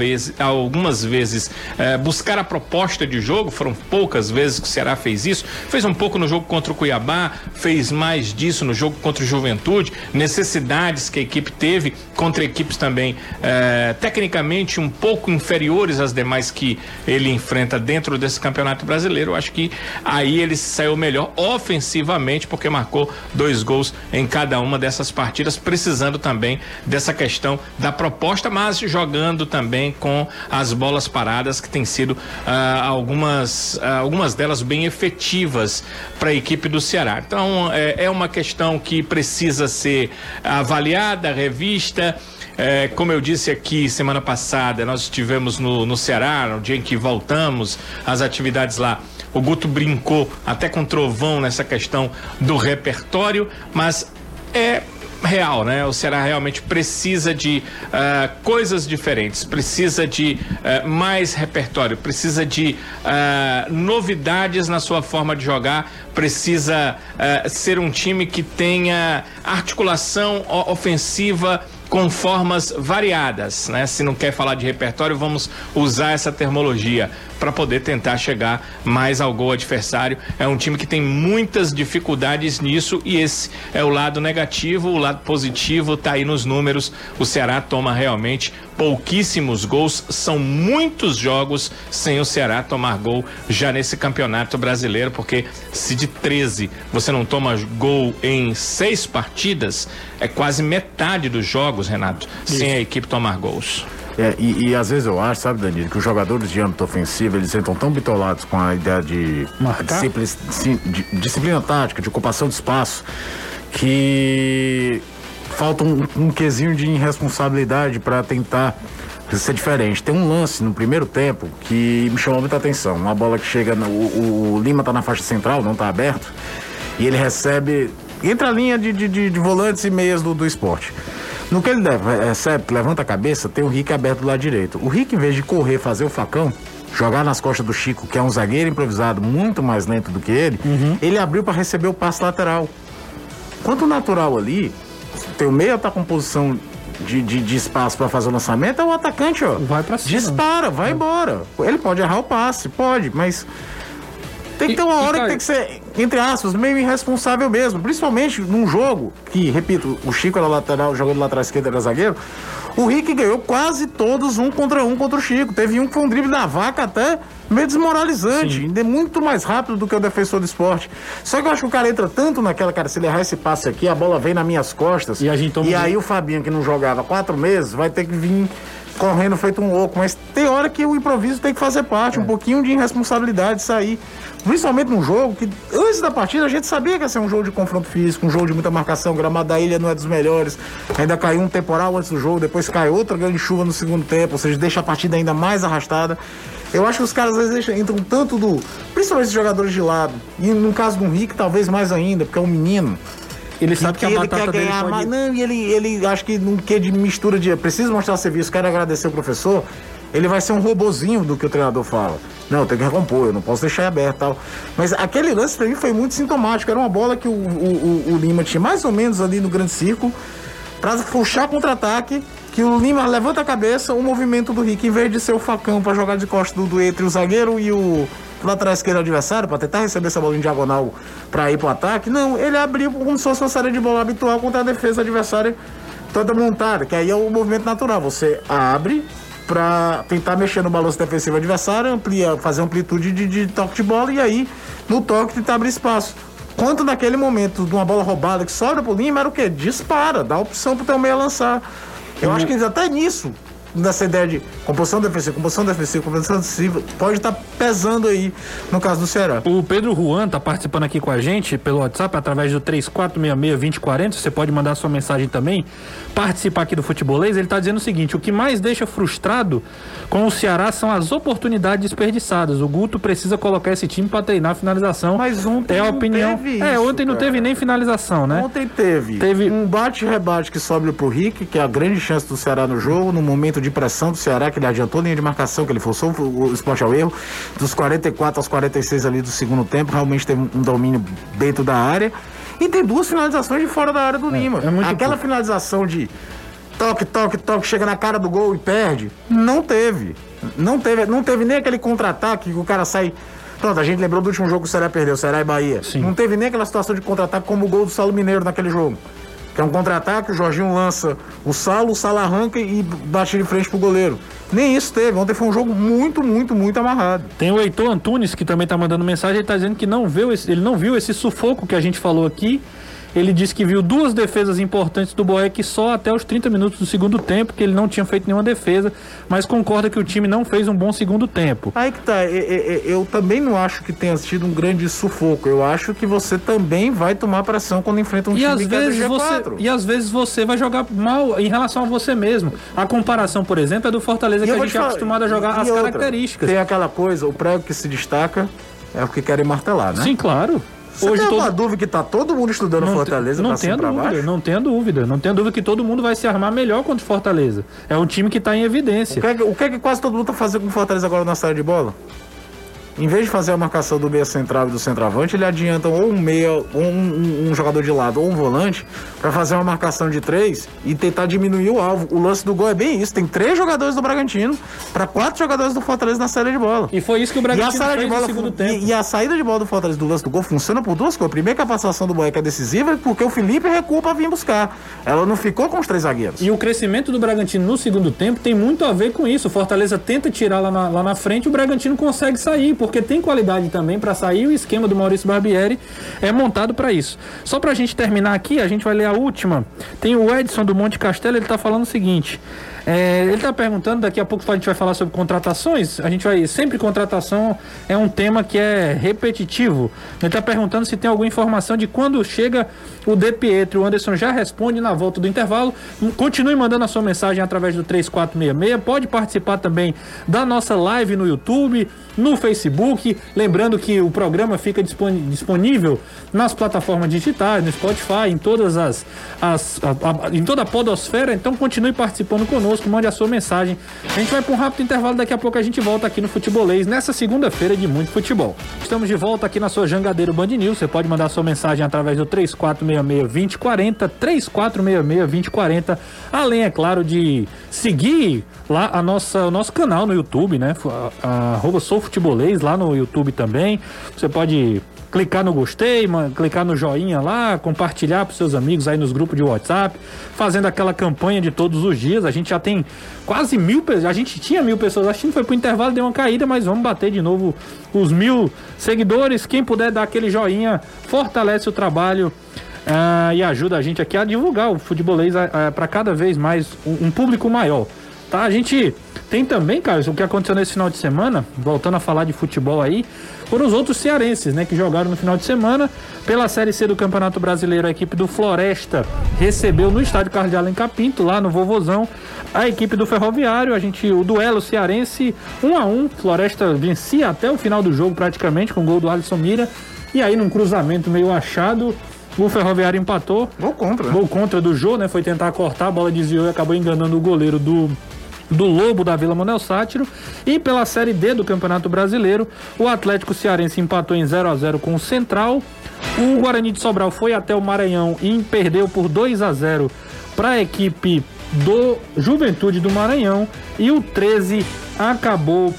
vezes buscar a proposta de jogo. Foram poucas vezes que o Ceará fez isso, fez um pouco no jogo contra o Cuiabá, fez mais disso no jogo contra o Juventude, necessidades que a equipe teve contra equipes também tecnicamente um pouco inferiores às demais que ele enfrenta dentro desse Campeonato Brasileiro. Eu acho que aí ele saiu melhor ofensivamente, porque marcou 2 gols em cada uma dessas partidas, precisando também dessa questão da proposta, mas jogando também com as bolas paradas, que tem sido algumas delas bem efetivas para a equipe do Ceará. Então é uma questão que precisa ser avaliada, revista. Como eu disse aqui semana passada, nós estivemos no Ceará, no dia em que voltamos às atividades lá. O Guto brincou até com trovão nessa questão do repertório, mas é real, né? O Ceará realmente precisa de coisas diferentes, precisa de mais repertório, precisa de novidades na sua forma de jogar, precisa ser um time que tenha articulação ofensiva com formas variadas, né? Se não quer falar de repertório, vamos usar essa terminologia para poder tentar chegar mais ao gol adversário. É um time que tem muitas dificuldades nisso, e esse é o lado negativo. O lado positivo está aí nos números. O Ceará toma realmente pouquíssimos gols, são muitos jogos sem o Ceará tomar gol já nesse Campeonato Brasileiro, porque se de 13 você não toma gol em 6 partidas, é quase metade dos jogos, Renato, sem a equipe tomar gols. E às vezes eu acho, sabe, Danilo, que os jogadores de âmbito ofensivo, eles entram tão bitolados com a ideia de disciplina tática, de ocupação de espaço, que falta um quesinho de irresponsabilidade para tentar ser diferente. Tem um lance no primeiro tempo que me chamou muita atenção. Uma bola que chega, o Lima tá na faixa central, não tá aberto, e ele recebe entre a linha de volantes e meias do Sport. No que ele recebe, levanta a cabeça, tem o Rick aberto do lado direito. O Rick, em vez de correr, fazer o facão, jogar nas costas do Chico, que é um zagueiro improvisado muito mais lento do que ele, ele abriu para receber o passe lateral. Quanto natural ali, tem o meia tá com posição de espaço para fazer o lançamento, é o atacante, ó. Vai pra cima. Dispara, vai embora. Ele pode errar o passe, pode, mas tem que ter uma hora que tem que ser, entre aspas, meio irresponsável mesmo. Principalmente num jogo que, repito, o Chico era lateral, jogando lateral esquerdo, era zagueiro. O Rick ganhou quase todos 1 contra o Chico. Teve um que foi um drible da vaca até meio desmoralizante. Ainda é muito mais rápido do que o defensor do Sport. Só que eu acho que o cara entra tanto naquela, cara, se ele errar esse passe aqui, a bola vem nas minhas costas. E aí o Fabinho, que não jogava 4 meses, vai ter que vir correndo feito um louco. Mas tem hora que o improviso tem que fazer parte, um pouquinho de irresponsabilidade sair. Principalmente num jogo que, antes da partida, a gente sabia que ia ser um jogo de confronto físico, um jogo de muita marcação. O gramado da Ilha não é dos melhores. Ainda caiu um temporal antes do jogo, depois cai outra grande chuva no segundo tempo, ou seja, deixa a partida ainda mais arrastada. Eu acho que os caras às vezes entram tanto principalmente os jogadores de lado, e no caso do Rick, talvez mais ainda, porque é um menino. Ele sabe que a batata dele pode... mais. Não, e ele acho que não quer de mistura de... Precisa mostrar serviço, quero agradecer o professor. Ele vai ser um robozinho do que o treinador fala. Não, eu tenho que recompor, eu não posso deixar aberto e tal. Mas aquele lance pra mim foi muito sintomático. Era uma bola que o Lima tinha mais ou menos ali no grande círculo pra puxar contra-ataque, que o Lima levanta a cabeça, o movimento do Rick, em vez de ser o facão pra jogar de costas entre o zagueiro e o lateral esquerdo adversário, pra tentar receber essa bola em diagonal pra ir pro ataque, não, ele abriu como se fosse uma série de bola habitual contra a defesa adversária toda montada, que aí é o movimento natural. Você abre para tentar mexer no balanço defensivo adversário, fazer amplitude de toque de bola, e aí no toque tentar abrir espaço. Quanto naquele momento de uma bola roubada que sobra pro Lima, era o quê? Dispara, dá opção pro teu meia lançar. Eu acho que até nisso nessa ideia de composição defensiva, pode estar pesando aí no caso do Ceará. O Pedro Juan tá participando aqui com a gente pelo WhatsApp através do 3466-2040. Você pode mandar sua mensagem também, participar aqui do Futebolês. Ele tá dizendo o seguinte: o que mais deixa frustrado com o Ceará são as oportunidades desperdiçadas. O Guto precisa colocar esse time para treinar a finalização. Mas ontem é a opinião. Teve isso, ontem não teve nem finalização, né? Ontem teve um bate-rebate que sobe pro Rick, que é a grande chance do Ceará no jogo, no momento de pressão do Ceará, que ele adiantou a linha de marcação, que ele forçou o Sport ao erro, dos 44 aos 46 ali do segundo tempo, realmente teve um domínio dentro da área, e tem 2 finalizações de fora da área do Lima. Aquela finalização de toque, chega na cara do gol e perde, não teve nem aquele contra-ataque que o cara sai. Pronto, a gente lembrou do último jogo que o Ceará perdeu, Ceará e Bahia. Sim. Não teve nem aquela situação de contra-ataque como o gol do Saulo Mineiro naquele jogo. Que é um contra-ataque, o Jorginho lança o Saulo arranca e bate de frente pro goleiro. Nem isso teve. Ontem foi um jogo muito amarrado. Tem o Heitor Antunes, que também tá mandando mensagem. Ele tá dizendo que ele não viu esse sufoco que a gente falou aqui. Ele disse que viu 2 defesas importantes do Boeck só até os 30 minutos do segundo tempo, que ele não tinha feito nenhuma defesa, mas concorda que o time não fez um bom segundo tempo. Aí que tá, eu também não acho que tenha sido um grande sufoco. Eu acho que você também vai tomar pressão quando enfrenta um time que é do G4. E às vezes você vai jogar mal em relação a você mesmo. A comparação, por exemplo, é do Fortaleza, que a gente é acostumado a jogar as características. Tem aquela coisa, o prego que se destaca é o que querem martelar, né? Sim, claro. Você tem uma dúvida que tá todo mundo estudando Fortaleza pra cima e pra baixo? Não tenha dúvida que todo mundo vai se armar melhor contra o Fortaleza. É um time que tá em evidência. O que é que quase todo mundo tá fazendo com o Fortaleza agora na saída de bola? Em vez de fazer a marcação do meia central e do centroavante, ele adianta ou um meia, ou um jogador de lado, ou um volante, para fazer uma marcação de 3 e tentar diminuir o alvo. O lance do gol é bem isso. Tem 3 jogadores do Bragantino para 4 jogadores do Fortaleza na saída de bola. E foi isso que o Bragantino fez no segundo tempo. E a saída de bola do Fortaleza do lance do gol funciona por 2 coisas. Primeiro, que a participação do Boeck é decisiva, porque o Felipe recua para vir buscar. Ela não ficou com os 3 zagueiros. E o crescimento do Bragantino no segundo tempo tem muito a ver com isso. O Fortaleza tenta tirar lá na frente, o Bragantino consegue sair, porque tem qualidade também para sair. O esquema do Maurício Barbieri é montado para isso. Só pra gente terminar aqui, a gente vai ler a última. Tem o Edson do Monte Castelo, ele tá falando o seguinte: ele tá perguntando, daqui a pouco a gente vai falar sobre contratações. A gente vai, sempre contratação é um tema que é repetitivo. Ele tá perguntando se tem alguma informação de quando chega o De Pietro. O Anderson já responde na volta do intervalo. Continue mandando a sua mensagem através do 3466. Pode participar também da nossa live no YouTube, no Facebook. Lembrando que o programa fica disponível nas plataformas digitais, no Spotify, em todas em toda a podosfera. Então continue participando conosco, mande a sua mensagem. A gente vai para um rápido intervalo, daqui a pouco a gente volta aqui no Futebolês, nessa segunda-feira de muito futebol. Estamos de volta aqui na sua Jangadeiro Band News. Você pode mandar a sua mensagem através do 3466-2040, 3466-2040, além, é claro, de seguir lá o nosso canal no YouTube, né? @soufutebolês lá no YouTube também. Você pode clicar no gostei, clicar no joinha lá, compartilhar para seus amigos aí nos grupos de WhatsApp, fazendo aquela campanha de todos os dias. A gente já tem quase 1.000 pessoas, a gente tinha 1.000 pessoas, acho que foi pro intervalo, deu uma caída, mas vamos bater de novo os 1.000 seguidores. Quem puder dar aquele joinha, fortalece o trabalho e ajuda a gente aqui a divulgar o Futebolês para cada vez mais um público maior. Tá, a gente tem também, cara, o que aconteceu nesse final de semana, voltando a falar de futebol aí, foram os outros cearenses, né, que jogaram no final de semana pela Série C do Campeonato Brasileiro. A equipe do Floresta recebeu no estádio Carlos de Alencar Pinto, lá no Vovozão, a equipe do Ferroviário. O duelo cearense 1-1, Floresta vencia até o final do jogo praticamente, com o gol do Alisson Mira, e aí num cruzamento meio achado, o Ferroviário empatou. Gol contra. Gol contra do Jô, né, foi tentar cortar, a bola desviou e acabou enganando o goleiro do Lobo da Vila Manuel Sátiro. E pela Série D do Campeonato Brasileiro, o Atlético Cearense empatou em 0-0 com o Central. O Guarani de Sobral foi até o Maranhão e perdeu por 2-0 para a equipe do Juventude do Maranhão. E o 13 acabou,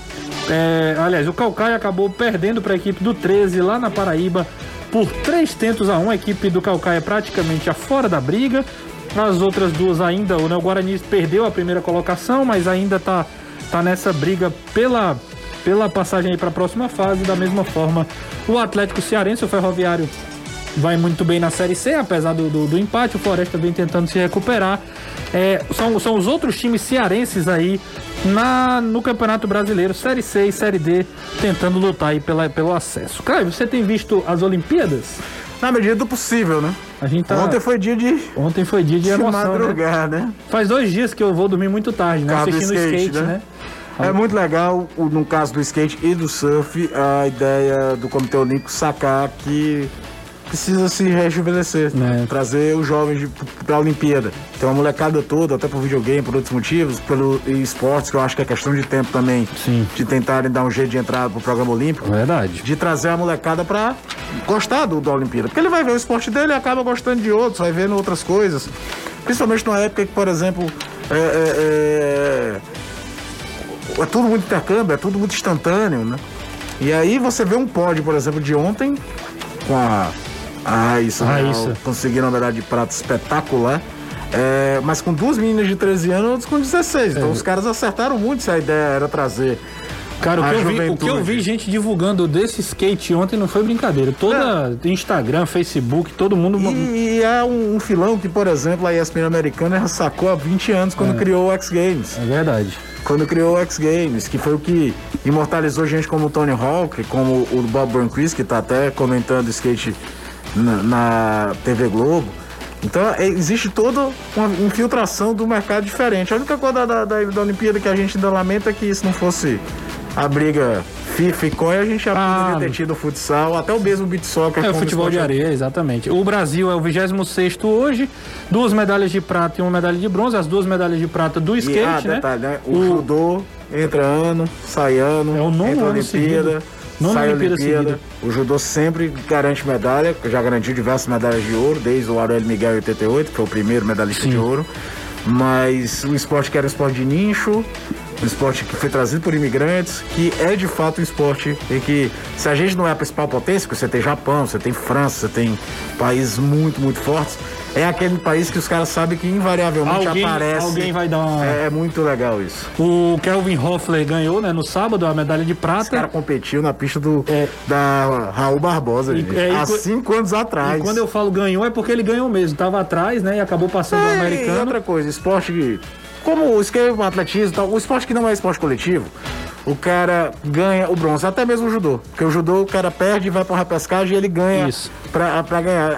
o Caucaia acabou perdendo para a equipe do 13 lá na Paraíba por 3-1. A equipe do Caucaia praticamente fora da briga. As outras duas ainda, o Guarani perdeu a primeira colocação, mas ainda tá nessa briga pela passagem aí para a próxima fase. Da mesma forma, o Atlético Cearense, o Ferroviário vai muito bem na Série C, apesar do empate. O Floresta vem tentando se recuperar. São os outros times cearenses aí no Campeonato Brasileiro, Série C e Série D, tentando lutar aí pelo acesso. Caio, você tem visto as Olimpíadas? Na medida do possível, né? Ontem foi dia de emoção, madrugar, né? Faz 2 dias que eu vou dormir muito tarde, né? Assistindo skate, né? É muito legal, no caso do skate e do surf, a ideia do Comitê Olímpico sacar que precisa se rejuvenescer, trazer os jovens para a Olimpíada. Tem uma molecada toda, até por videogame, por outros motivos, pelo esportes, que eu acho que é questão de tempo também, de tentarem dar um jeito de entrar pro programa olímpico. Verdade. De trazer a molecada para gostar da Olimpíada. Porque ele vai ver o esporte dele e acaba gostando de outros, vai vendo outras coisas. Principalmente numa época que, por exemplo, é tudo muito intercâmbio, é tudo muito instantâneo, né? E aí você vê um pódio, por exemplo, de ontem, com a Raíssa. Conseguiram uma medalha de prata espetacular, mas com 2 meninas de 13 anos, outros com 16. Então os caras acertaram muito se a ideia era trazer. Cara, o que eu vi gente divulgando desse skate ontem não foi brincadeira. Instagram, Facebook, todo mundo... E é um filão que, por exemplo, a ESPN americana sacou há 20 anos quando criou o X Games. É verdade. Quando criou o X Games, que foi o que imortalizou gente como o Tony Hawk, como o Bob Burnquist, que tá até comentando skate na TV Globo. Então existe toda uma infiltração do mercado diferente. A única coisa da Olimpíada que a gente ainda lamenta é que isso não fosse a briga FIFA e COI, a gente já poderia ter tido o futsal, até o mesmo beach soccer. O futebol de areia, exatamente. O Brasil é o 26º hoje, 2 medalhas de prata e 1 medalha de bronze, as 2 medalhas de prata do skate, detalhe, né? O judô entra ano, sai ano, é o 9º entra ano Olimpíada, sai Olimpíada. O judô sempre garante medalha, já garantiu diversas medalhas de ouro, desde o Aurélio Miguel em 88, que foi o primeiro medalhista de ouro. Mas o esporte que era o esporte de nicho, um esporte que foi trazido por imigrantes, que é de fato um esporte em que, se a gente não é a principal potência, porque você tem Japão, você tem França, você tem países muito, muito fortes, é aquele país que os caras sabem que invariavelmente aparece. Alguém vai dar uma... É muito legal isso. O Kelvin Hoffler ganhou, né, no sábado, a medalha de prata. Esse cara competiu na pista da Raul Barbosa, há 5 anos atrás. E quando eu falo ganhou, é porque ele ganhou mesmo. Tava atrás, né, e acabou passando o americano. E outra coisa, esporte como o skate, o atletismo e tal, o esporte que não é esporte coletivo, o cara ganha o bronze, até mesmo o judô. Porque o judô, o cara perde e vai pra repescagem e ele ganha pra ganhar.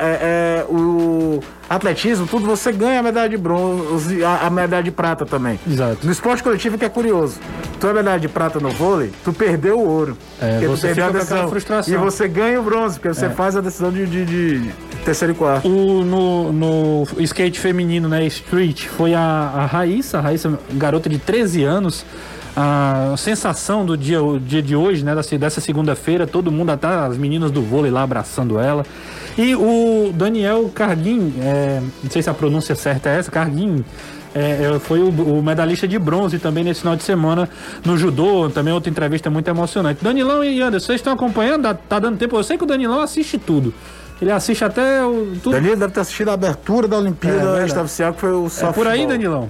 O atletismo, tudo você ganha a medalha de bronze, a medalha de prata também. Exato. No esporte coletivo que é curioso. Tu é medalha de prata no vôlei, tu perdeu o ouro. Porque você tu perdeu fica a decisão. com aquela frustração. E você ganha o bronze, porque você faz a decisão de terceiro e quarto. No skate feminino, né, street, foi a Raíssa, garota de 13 anos. A sensação do dia de hoje, né, dessa segunda-feira, todo mundo, até as meninas do vôlei lá abraçando ela. E o Daniel Carguin, não sei se a pronúncia certa é essa, Carguin, foi o medalhista de bronze também nesse final de semana no judô. Também outra entrevista muito emocionante. Danilão e Anderson, vocês estão acompanhando? Tá dando tempo? Eu sei que o Danilão assiste tudo. Ele assiste até tudo. Danilo deve ter assistido a abertura da Olimpíada extraoficial, que foi o softball. Por aí, Danilão?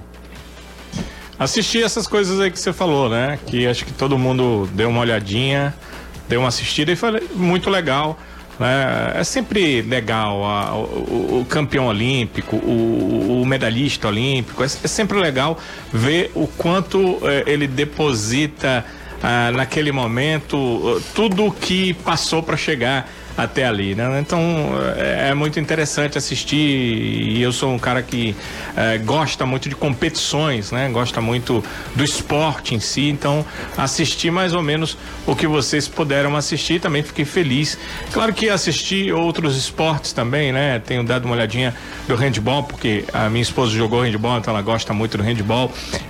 Assisti essas coisas aí que você falou, né? Que acho que todo mundo deu uma olhadinha, deu uma assistida e foi muito legal. É sempre legal o campeão olímpico, o medalhista olímpico. É sempre legal ver o quanto ele deposita naquele momento tudo o que passou para chegar até ali, né? Então é muito interessante assistir, e eu sou um cara que gosta muito de competições, né? Gosta muito do esporte em si, então assisti mais ou menos o que vocês puderam assistir, também fiquei feliz. Claro que assisti outros esportes também, né? Tenho dado uma olhadinha do handball, porque a minha esposa jogou handball, então ela gosta muito do handball.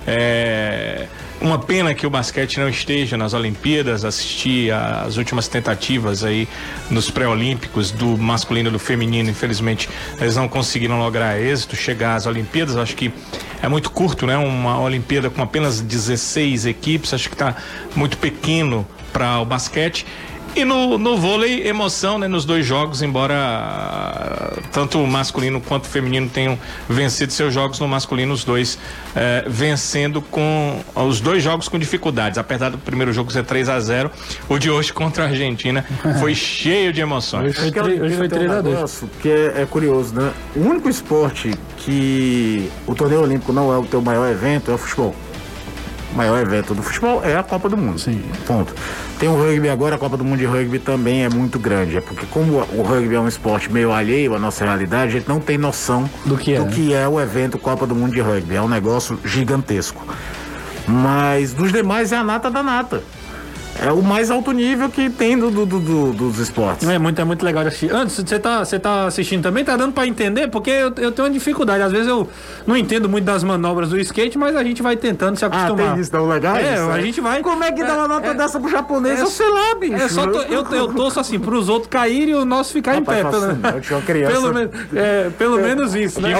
Uma pena que o basquete não esteja nas Olimpíadas. Assisti às últimas tentativas aí nos pré-olímpicos do masculino e do feminino. Infelizmente, eles não conseguiram lograr êxito, chegar às Olimpíadas. Acho que é muito curto, né? Uma Olimpíada com apenas 16 equipes. Acho que está muito pequeno para o basquete. E no vôlei, emoção, né? Nos dois jogos, embora tanto o masculino quanto o feminino tenham vencido seus jogos, no masculino os dois vencendo com os dois jogos com dificuldades, apesar do primeiro jogo ser 3-0, o de hoje contra a Argentina foi cheio de emoções. Hoje foi 3-2. Que é curioso, né? O único esporte que o torneio olímpico não é o teu maior evento é o futebol. O maior evento do futebol é a Copa do Mundo. Sim. Ponto. Tem o rugby agora, a Copa do Mundo de rugby também é muito grande. É porque como o rugby é um esporte meio alheio à nossa realidade, a gente não tem noção do que é o evento Copa do Mundo de rugby. É um negócio gigantesco. Mas dos demais é a nata da nata. É o mais alto nível que tem dos esportes. É muito legal de assistir. Antes, você tá assistindo também? Tá dando pra entender? Porque eu tenho uma dificuldade. Às vezes eu não entendo muito das manobras do skate, mas a gente vai tentando se acostumar. Tem isso, não legal? A gente vai. Como é que dá uma nota dessa pro japonês? Eu sei lá, bicho. Eu torço assim, pros outros caírem e o nosso ficar em pé. Eu tinha uma criança. Pelo menos isso, né?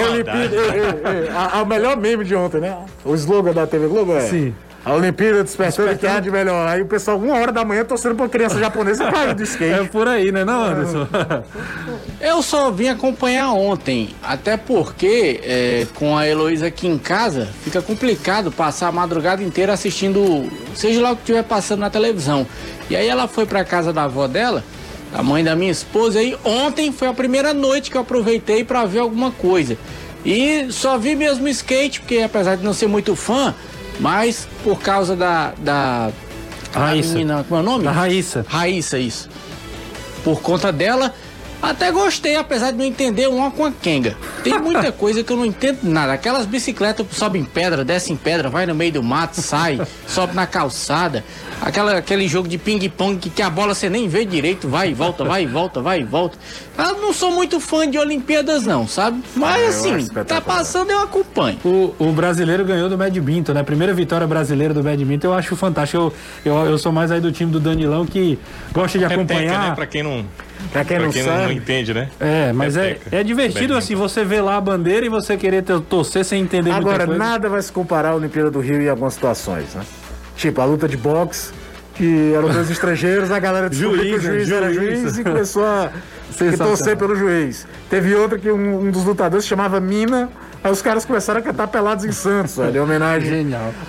O melhor meme de ontem, né? O slogan da TV Globo é... Sim. A Olimpíada despertando que há de melhor. Aí o pessoal, 1h da manhã, torcendo pra criança japonesa cair do skate. É por aí, né, não, Anderson? Eu só vim acompanhar ontem, até porque com a Heloísa aqui em casa, fica complicado passar a madrugada inteira assistindo, seja lá o que estiver passando na televisão. E aí ela foi pra casa da avó dela, a mãe da minha esposa, e ontem foi a primeira noite que eu aproveitei pra ver alguma coisa. E só vi mesmo skate, porque apesar de não ser muito fã, mas por causa da Raíssa. Menina, como é o nome? Da Raíssa. Raíssa, isso. Por conta dela, até gostei, apesar de não entender uma com a Kenga. Tem muita coisa que eu não entendo nada. Aquelas bicicletas sobem em pedra, descem em pedra, vai no meio do mato, sai, sobe na calçada. Aquele jogo de ping-pong que a bola você nem vê direito, vai e volta, vai e volta, vai e volta. Eu não sou muito fã de Olimpíadas não, sabe? Mas assim, tá passando, eu acompanho. O brasileiro ganhou do badminton, né? Primeira vitória brasileira do badminton, eu acho fantástico. Eu sou mais aí do time do Danilão, que gosta de acompanhar. Né? Pra quem não sabe. Não entende, né? Mas é divertido assim, você ver lá a bandeira e você querer torcer sem entender muita coisa. Agora, nada vai se comparar à Olimpíada do Rio em algumas situações, né? Tipo, a luta de boxe, que eram dois estrangeiros, a galera descobriu que o juiz era juiz e começou a torcer pelo juiz. Teve outra que um dos lutadores se chamava Mina, aí os caras começaram a cantar Pelados em Santos, em homenagem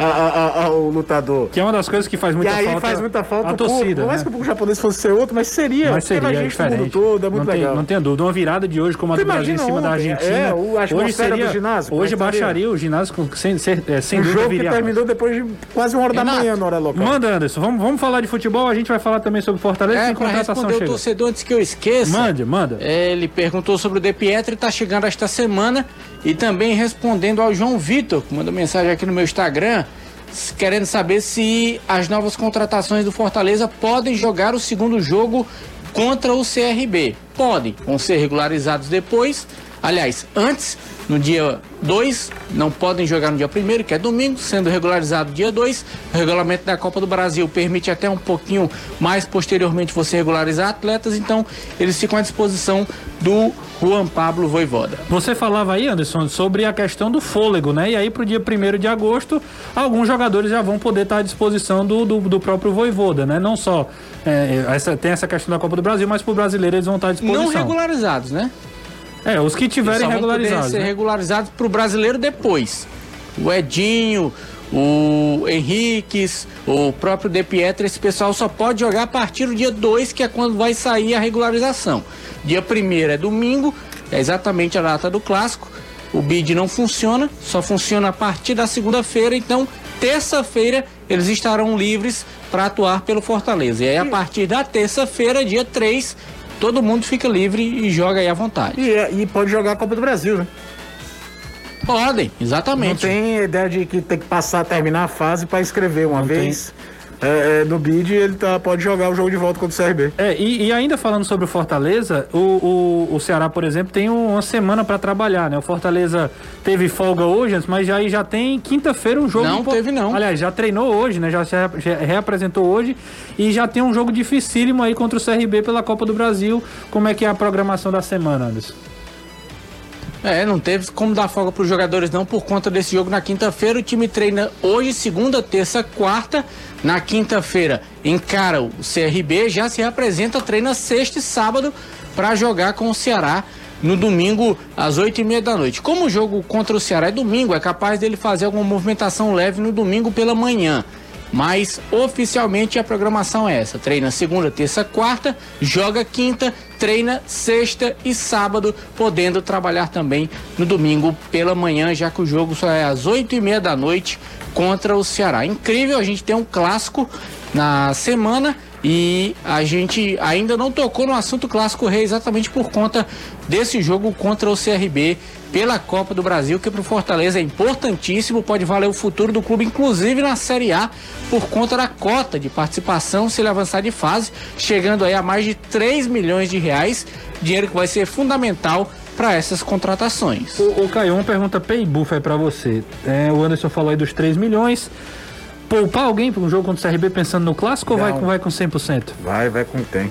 ao lutador. Que é uma das coisas que faz muita falta. E aí faz muita falta a torcida. Por mais que o público japonês fosse ser outro, mas seria gente do mundo todo, é muito legal. Não tenha dúvida. Uma virada de hoje, como a do Brasil em cima da Argentina. Hoje seria do ginásio. Hoje baixaria o ginásio sem dúvida. Jogo que terminou depois de quase 1h da manhã na hora local. Manda, Anderson, vamos falar de futebol, a gente vai falar também sobre Fortaleza. Pra responder o torcedor antes que eu esqueça. Manda. Ele perguntou sobre o De Pietri, tá chegando esta semana, e também respondendo ao João Vitor, que mandou mensagem aqui no meu Instagram, querendo saber se as novas contratações do Fortaleza podem jogar o segundo jogo contra o CRB. Podem, vão ser regularizados depois, aliás, antes, no dia 2, não podem jogar no dia 1º, que é domingo, sendo regularizado dia 2. O regulamento da Copa do Brasil permite até um pouquinho mais posteriormente você regularizar atletas, então eles ficam à disposição do Juan Pablo Vojvoda. Você falava aí, Anderson, sobre a questão do fôlego, né? E aí pro dia 1º de agosto, alguns jogadores já vão poder estar à disposição do próprio Vojvoda, né? Não só tem essa questão da Copa do Brasil, mas pro brasileiro eles vão estar à disposição. Não regularizados, né? Os que tiverem regularizados. Ser regularizados para o brasileiro depois. O Edinho, o Henriques, o próprio De Pietri, esse pessoal só pode jogar a partir do dia 2, que é quando vai sair a regularização. Dia 1º é domingo, é exatamente a data do clássico. O BID não funciona, só funciona a partir da segunda-feira, então terça-feira eles estarão livres para atuar pelo Fortaleza. E aí a partir da terça-feira, dia 3, todo mundo fica livre e joga aí à vontade. E pode jogar a Copa do Brasil, né? Podem, exatamente. Não tem ideia de que tem que terminar a fase para inscrever uma vez. No BID ele pode jogar o jogo de volta contra o CRB. E ainda falando sobre o Fortaleza, o Ceará, por exemplo, tem uma semana para trabalhar, né? O Fortaleza teve folga hoje, mas já tem quinta-feira um jogo. Não teve não. Aliás, já treinou hoje, né? Já reapresentou hoje e já tem um jogo dificílimo aí contra o CRB pela Copa do Brasil. Como é que é a programação da semana, Anderson? Não teve como dar folga para os jogadores não por conta desse jogo na quinta-feira. O time treina hoje, segunda, terça, quarta. Na quinta-feira encara o CRB, já se representa, treina sexta e sábado para jogar com o Ceará no domingo às 8h30 da noite. Como o jogo contra o Ceará é domingo, é capaz dele fazer alguma movimentação leve no domingo pela manhã. Mas oficialmente a programação é essa: treina segunda, terça, quarta, joga quinta, treina sexta e sábado, podendo trabalhar também no domingo pela manhã, já que o jogo só é às 8h30 da noite contra o Ceará. Incrível, a gente tem um clássico na semana e a gente ainda não tocou no assunto Clássico Rei, exatamente por conta desse jogo contra o CRB pela Copa do Brasil, que para o Fortaleza é importantíssimo, pode valer o futuro do clube, inclusive na Série A, por conta da cota de participação, se ele avançar de fase, chegando aí a mais de 3 milhões de reais, dinheiro que vai ser fundamental para essas contratações. O Caio, uma pergunta pay-buff aí para você. O Anderson falou aí dos 3 milhões. Poupar alguém para um jogo contra o CRB pensando no Clássico? Não. Ou vai com 100%? Vai com tem.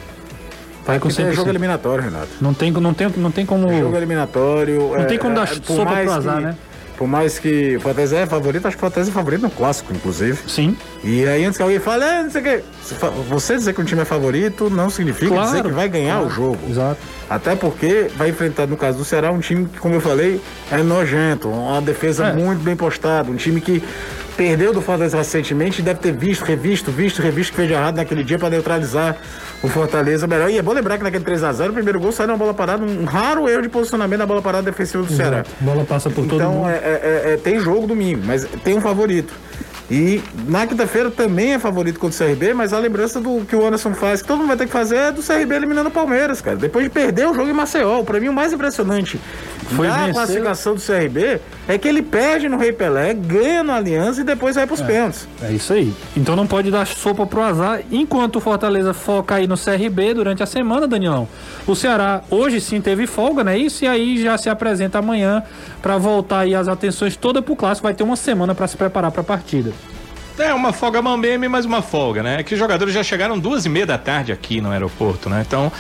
Vai com 100%. É jogo eliminatório, Renato. Não tem como... É jogo eliminatório. Não tem como dar sopa pro azar, né? Por mais que o Fortaleza é favorito, acho que o Fortaleza é favorito no Clássico, inclusive. Sim. E aí, antes que alguém fale, não sei o quê. Você dizer que um time é favorito não significa dizer que vai ganhar o jogo. Exato. Até porque vai enfrentar, no caso do Ceará, um time que, como eu falei, é nojento. Uma defesa muito bem postada. Um time que perdeu do Fortaleza recentemente e deve ter revisto que fez de errado naquele dia para neutralizar o Fortaleza melhor. E é bom lembrar que naquele 3x0, o primeiro gol saiu na bola parada, um raro erro de posicionamento na bola parada defensiva do Ceará. A bola passa por todo mundo. Então, tem jogo domingo, mas tem um favorito. E na quinta-feira também é favorito contra o CRB, mas a lembrança do que o Anderson faz, que todo mundo vai ter que fazer, é do CRB eliminando o Palmeiras, cara. Depois de perder o jogo em Maceió. Pra mim, o mais impressionante da classificação do CRB é que ele perde no Rei Pelé, ganha no Aliança e depois vai pros pênaltis. É isso aí. Então não pode dar sopa pro azar. Enquanto o Fortaleza foca aí no CRB durante a semana, Danilão, o Ceará hoje sim teve folga, né? Isso, e aí já se apresenta amanhã pra voltar aí as atenções todas pro Clássico. Vai ter uma semana pra se preparar pra partida. É uma folga mambeme, mas uma folga, né? Que os jogadores já chegaram 2h30 da tarde aqui no aeroporto, né? Então,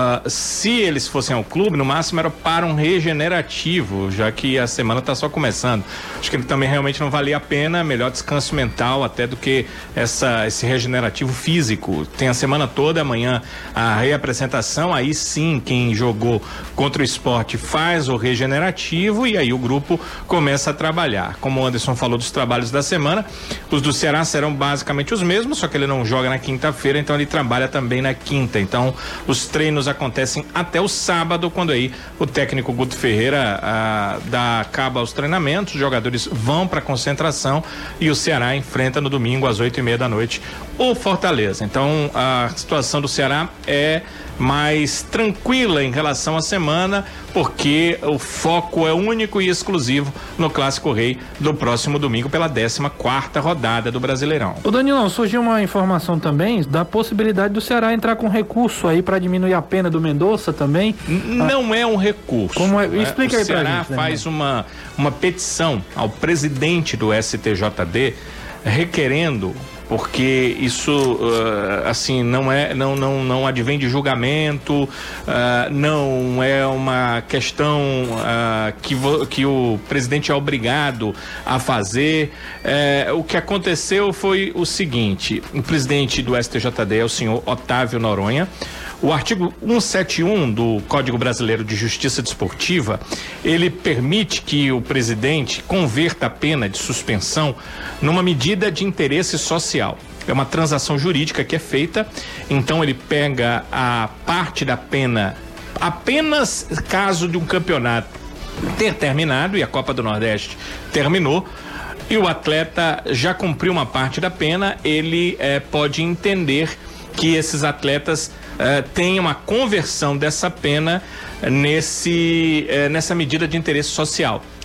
se eles fossem ao clube, no máximo era para um regenerativo, já que a semana está só começando. Acho que também realmente não valia a pena, melhor descanso mental até do que esse regenerativo físico. Tem a semana toda, amanhã a reapresentação, aí sim quem jogou contra o Sport faz o regenerativo e aí o grupo começa a trabalhar. Como o Anderson falou dos trabalhos da semana, os do Ceará serão basicamente os mesmos, só que ele não joga na quinta-feira, então ele trabalha também na quinta. Então os treinos acontecem até o sábado, quando aí o técnico Guto Ferreira acaba os treinamentos, os jogadores vão para concentração e o Ceará enfrenta no domingo às 8h30 da noite o Fortaleza. Então a situação do Ceará é mais tranquila em relação à semana, porque o foco é único e exclusivo no Clássico Rei do próximo domingo pela 14ª rodada do Brasileirão. O Danilão, surgiu uma informação também da possibilidade do Ceará entrar com recurso aí para diminuir a pena do Mendonça também. Não é um recurso. Como é? Explica aí pra gente. O Ceará faz uma petição ao presidente do STJD requerendo, porque isso assim não advém de julgamento, não é uma questão que o presidente é obrigado a fazer. O que aconteceu foi o seguinte: o presidente do STJD é o senhor Otávio Noronha. O artigo 171 do Código Brasileiro de Justiça Desportiva, ele permite que o presidente converta a pena de suspensão numa medida de interesse social. É uma transação jurídica que é feita, então ele pega a parte da pena apenas caso de um campeonato ter terminado, e a Copa do Nordeste terminou, e o atleta já cumpriu uma parte da pena, ele pode entender que esses atletas tenham uma conversão dessa pena nessa medida de interesse social.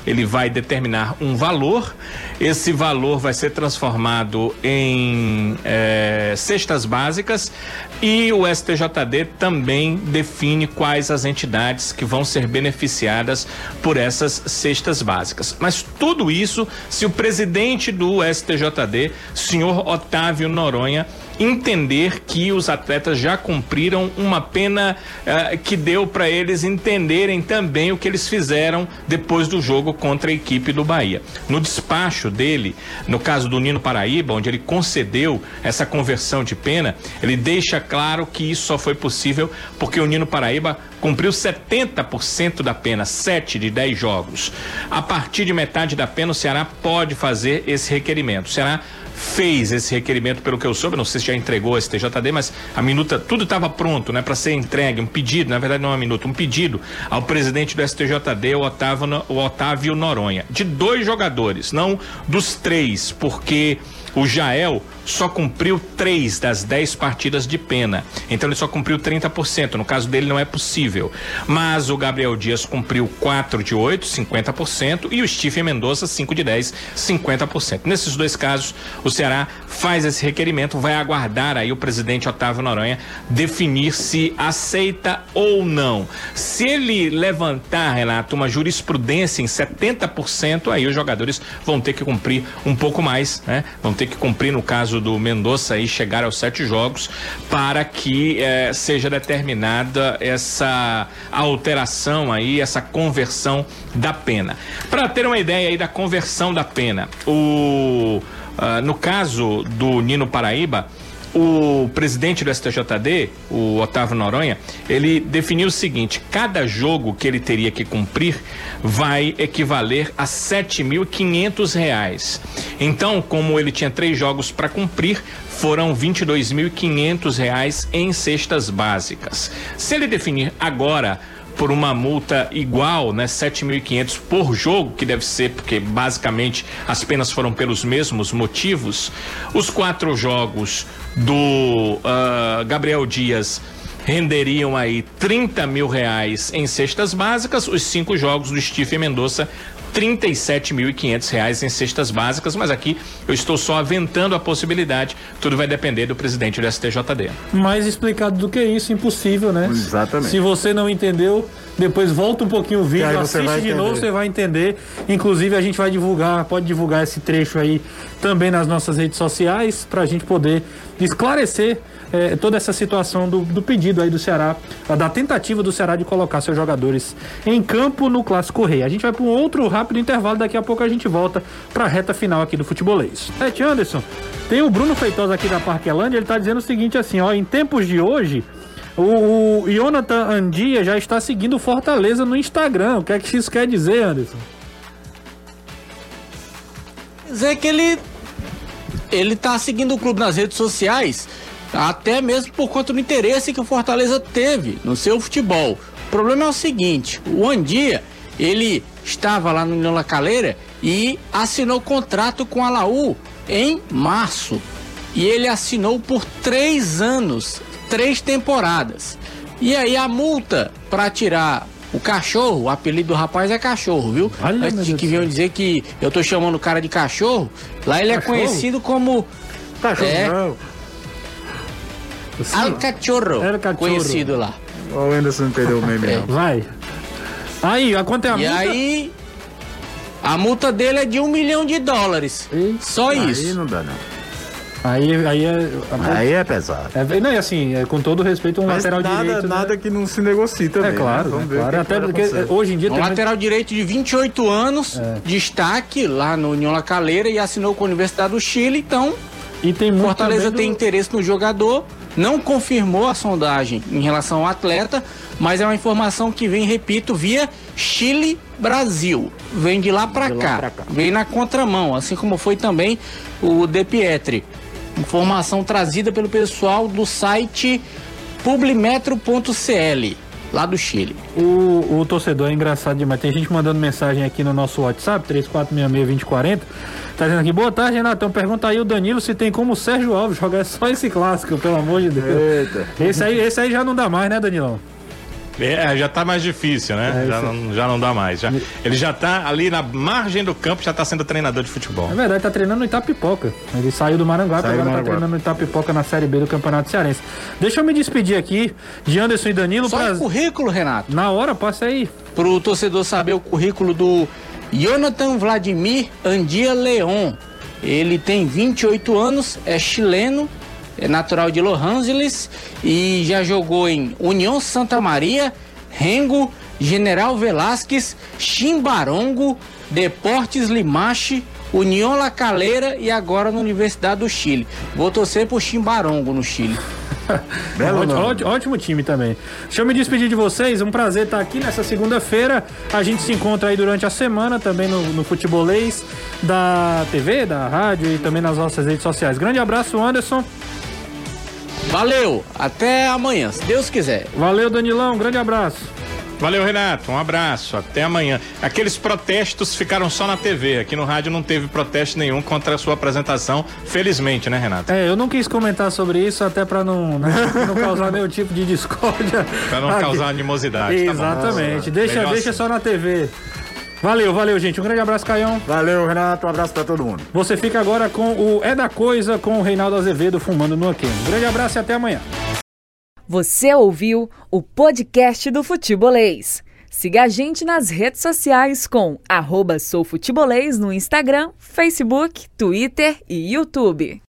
ele vai determinar um valor, esse valor vai ser transformado em cestas básicas e o STJD também define quais as entidades que vão ser beneficiadas por essas cestas básicas. Mas tudo isso se o presidente do STJD, senhor Otávio Noronha, entender que os atletas já cumpriram uma pena que deu para eles entenderem também o que eles fizeram depois do jogo contra a equipe do Bahia. No despacho dele, no caso do Nino Paraíba, onde ele concedeu essa conversão de pena, ele deixa claro que isso só foi possível porque o Nino Paraíba cumpriu 70% da pena, 7 de 10 jogos. A partir de metade da pena, o Ceará pode fazer esse requerimento. O Ceará fez esse requerimento, pelo que eu soube, não sei se já entregou a STJD, mas a minuta, tudo estava pronto, né, para ser entregue, um pedido, na verdade não é uma minuta, um pedido ao presidente do STJD, o Otávio Noronha, de 2 jogadores, não dos 3, porque o Jael só cumpriu 3 das 10 partidas de pena, então ele só cumpriu 30%, no caso dele não é possível, mas o Gabriel Dias cumpriu 4 de 8, 50%, e o Stephen Mendonça 5 de 10, 50%. Nesses 2 casos, o Ceará faz esse requerimento, vai aguardar aí o presidente Otávio Noronha definir se aceita ou não. Se ele levantar, Renato, uma jurisprudência em 70%, aí os jogadores vão ter que cumprir um pouco mais, né? Vão ter que cumprir, no caso do Mendonça, aí chegar aos 7 jogos para que seja determinada essa alteração aí, essa conversão da pena. Para ter uma ideia aí da conversão da pena, no caso do Nino Paraíba, o presidente do STJD, o Otávio Noronha, ele definiu o seguinte: cada jogo que ele teria que cumprir vai equivaler a R$7.500. Então, como ele tinha 3 jogos para cumprir, foram R$22.500 em cestas básicas. Se ele definir agora por uma multa igual, né, 7.500 por jogo, que deve ser porque basicamente as penas foram pelos mesmos motivos, os 4 jogos do Gabriel Dias renderiam aí R$30 mil em cestas básicas, os 5 jogos do Stephen Mendonça R$37.500 em cestas básicas, mas aqui eu estou só aventando a possibilidade, tudo vai depender do presidente do STJD. Mais explicado do que isso, impossível, né? Exatamente. Se você não entendeu, depois volta um pouquinho o vídeo, assiste de novo, você vai entender. Inclusive a gente vai divulgar, pode divulgar esse trecho aí também nas nossas redes sociais, pra gente poder esclarecer toda essa situação do pedido aí do Ceará, da tentativa do Ceará de colocar seus jogadores em campo no Clássico Rei. A gente vai para um outro rápido intervalo, daqui a pouco a gente volta para a reta final aqui do Futebolês. Anderson, tem o Bruno Feitosa aqui da Parquelândia, ele tá dizendo o seguinte assim, ó: em tempos de hoje, o Jonathan Andia já está seguindo o Fortaleza no Instagram. O que é que isso quer dizer, Anderson? Quer dizer que ele tá seguindo o clube nas redes sociais, até mesmo por conta do interesse que o Fortaleza teve no seu futebol. O problema é o seguinte: o Andia, ele estava lá no União La Calera e assinou contrato com a Laú em março. E ele assinou por 3 anos, 3 temporadas. E aí a multa para tirar o cachorro, o apelido do rapaz é cachorro, viu? Antes de que venham dizer que eu tô chamando o cara de cachorro, lá ele cachorro? É conhecido como... Cachorro, Alcachorro, conhecido lá. O Anderson entendeu o meme. Vai. Aí, quanto é a multa? E aí, a multa dele é de $1 milhão. Só isso. Aí não dá, não. Aí é pesado. Não, é assim, com todo respeito, mas lateral direito. Nada, né? Que não se negocie também. É claro, né? Claro. Até porque hoje em dia tem lateral direito de 28 anos, destaque lá no União La Calera e assinou com a Universidade do Chile, então. E tem muito Fortaleza tem interesse no jogador, não confirmou a sondagem em relação ao atleta, mas é uma informação que vem, repito, via Chile Brasil. Vem de lá pra cá. Vem na contramão, assim como foi também o De Pietri. Informação trazida pelo pessoal do site publimetro.cl, lá do Chile. O torcedor é engraçado demais. Tem gente mandando mensagem aqui no nosso WhatsApp, 3466-2040. Tá dizendo aqui: boa tarde, Renatão. Pergunta aí o Danilo se tem como o Sérgio Alves jogar só esse clássico, pelo amor de Deus. Eita. Esse aí já não dá mais, né, Danilão? Já tá mais difícil, né? Já não dá mais. Ele já tá ali na margem do campo, já tá sendo treinador de futebol. É verdade, tá treinando no Itapipoca. Ele saiu do Maranguape, agora tá treinando no Itapipoca na Série B do Campeonato Cearense. Deixa eu me despedir aqui de Anderson e Danilo. Só o currículo, Renato. Na hora, passa aí. Pro torcedor saber o currículo do Jonathan Vladimir Andia Leon. Ele tem 28 anos, é chileno, é natural de Los Angeles e já jogou em União Santa Maria, Rengo, General Velásquez, Chimbarongo, Deportes Limache, União La Calera e agora na Universidade do Chile. Vou torcer por Chimbarongo no Chile. Ótimo time também. Deixa eu me despedir de vocês, um prazer estar aqui nessa segunda-feira. A gente se encontra aí durante a semana também no Futebolês da TV, da rádio e também nas nossas redes sociais. Grande abraço, Anderson. Valeu, até amanhã, se Deus quiser. Valeu, Danilão, grande abraço. Valeu, Renato, um abraço, até amanhã. Aqueles protestos ficaram só na TV, aqui no rádio não teve protesto nenhum contra a sua apresentação, felizmente, né, Renato? Eu não quis comentar sobre isso, até pra não causar nenhum tipo de discórdia. Pra não causar animosidade. Exatamente, deixa só na TV. Valeu, gente. Um grande abraço, Caião. Valeu, Renato. Um abraço pra todo mundo. Você fica agora com o É da Coisa, com o Reinaldo Azevedo fumando no Aquino. Um grande abraço e até amanhã. Você ouviu o podcast do Futebolês. Siga a gente nas redes sociais com @soufutebolês no Instagram, Facebook, Twitter e YouTube.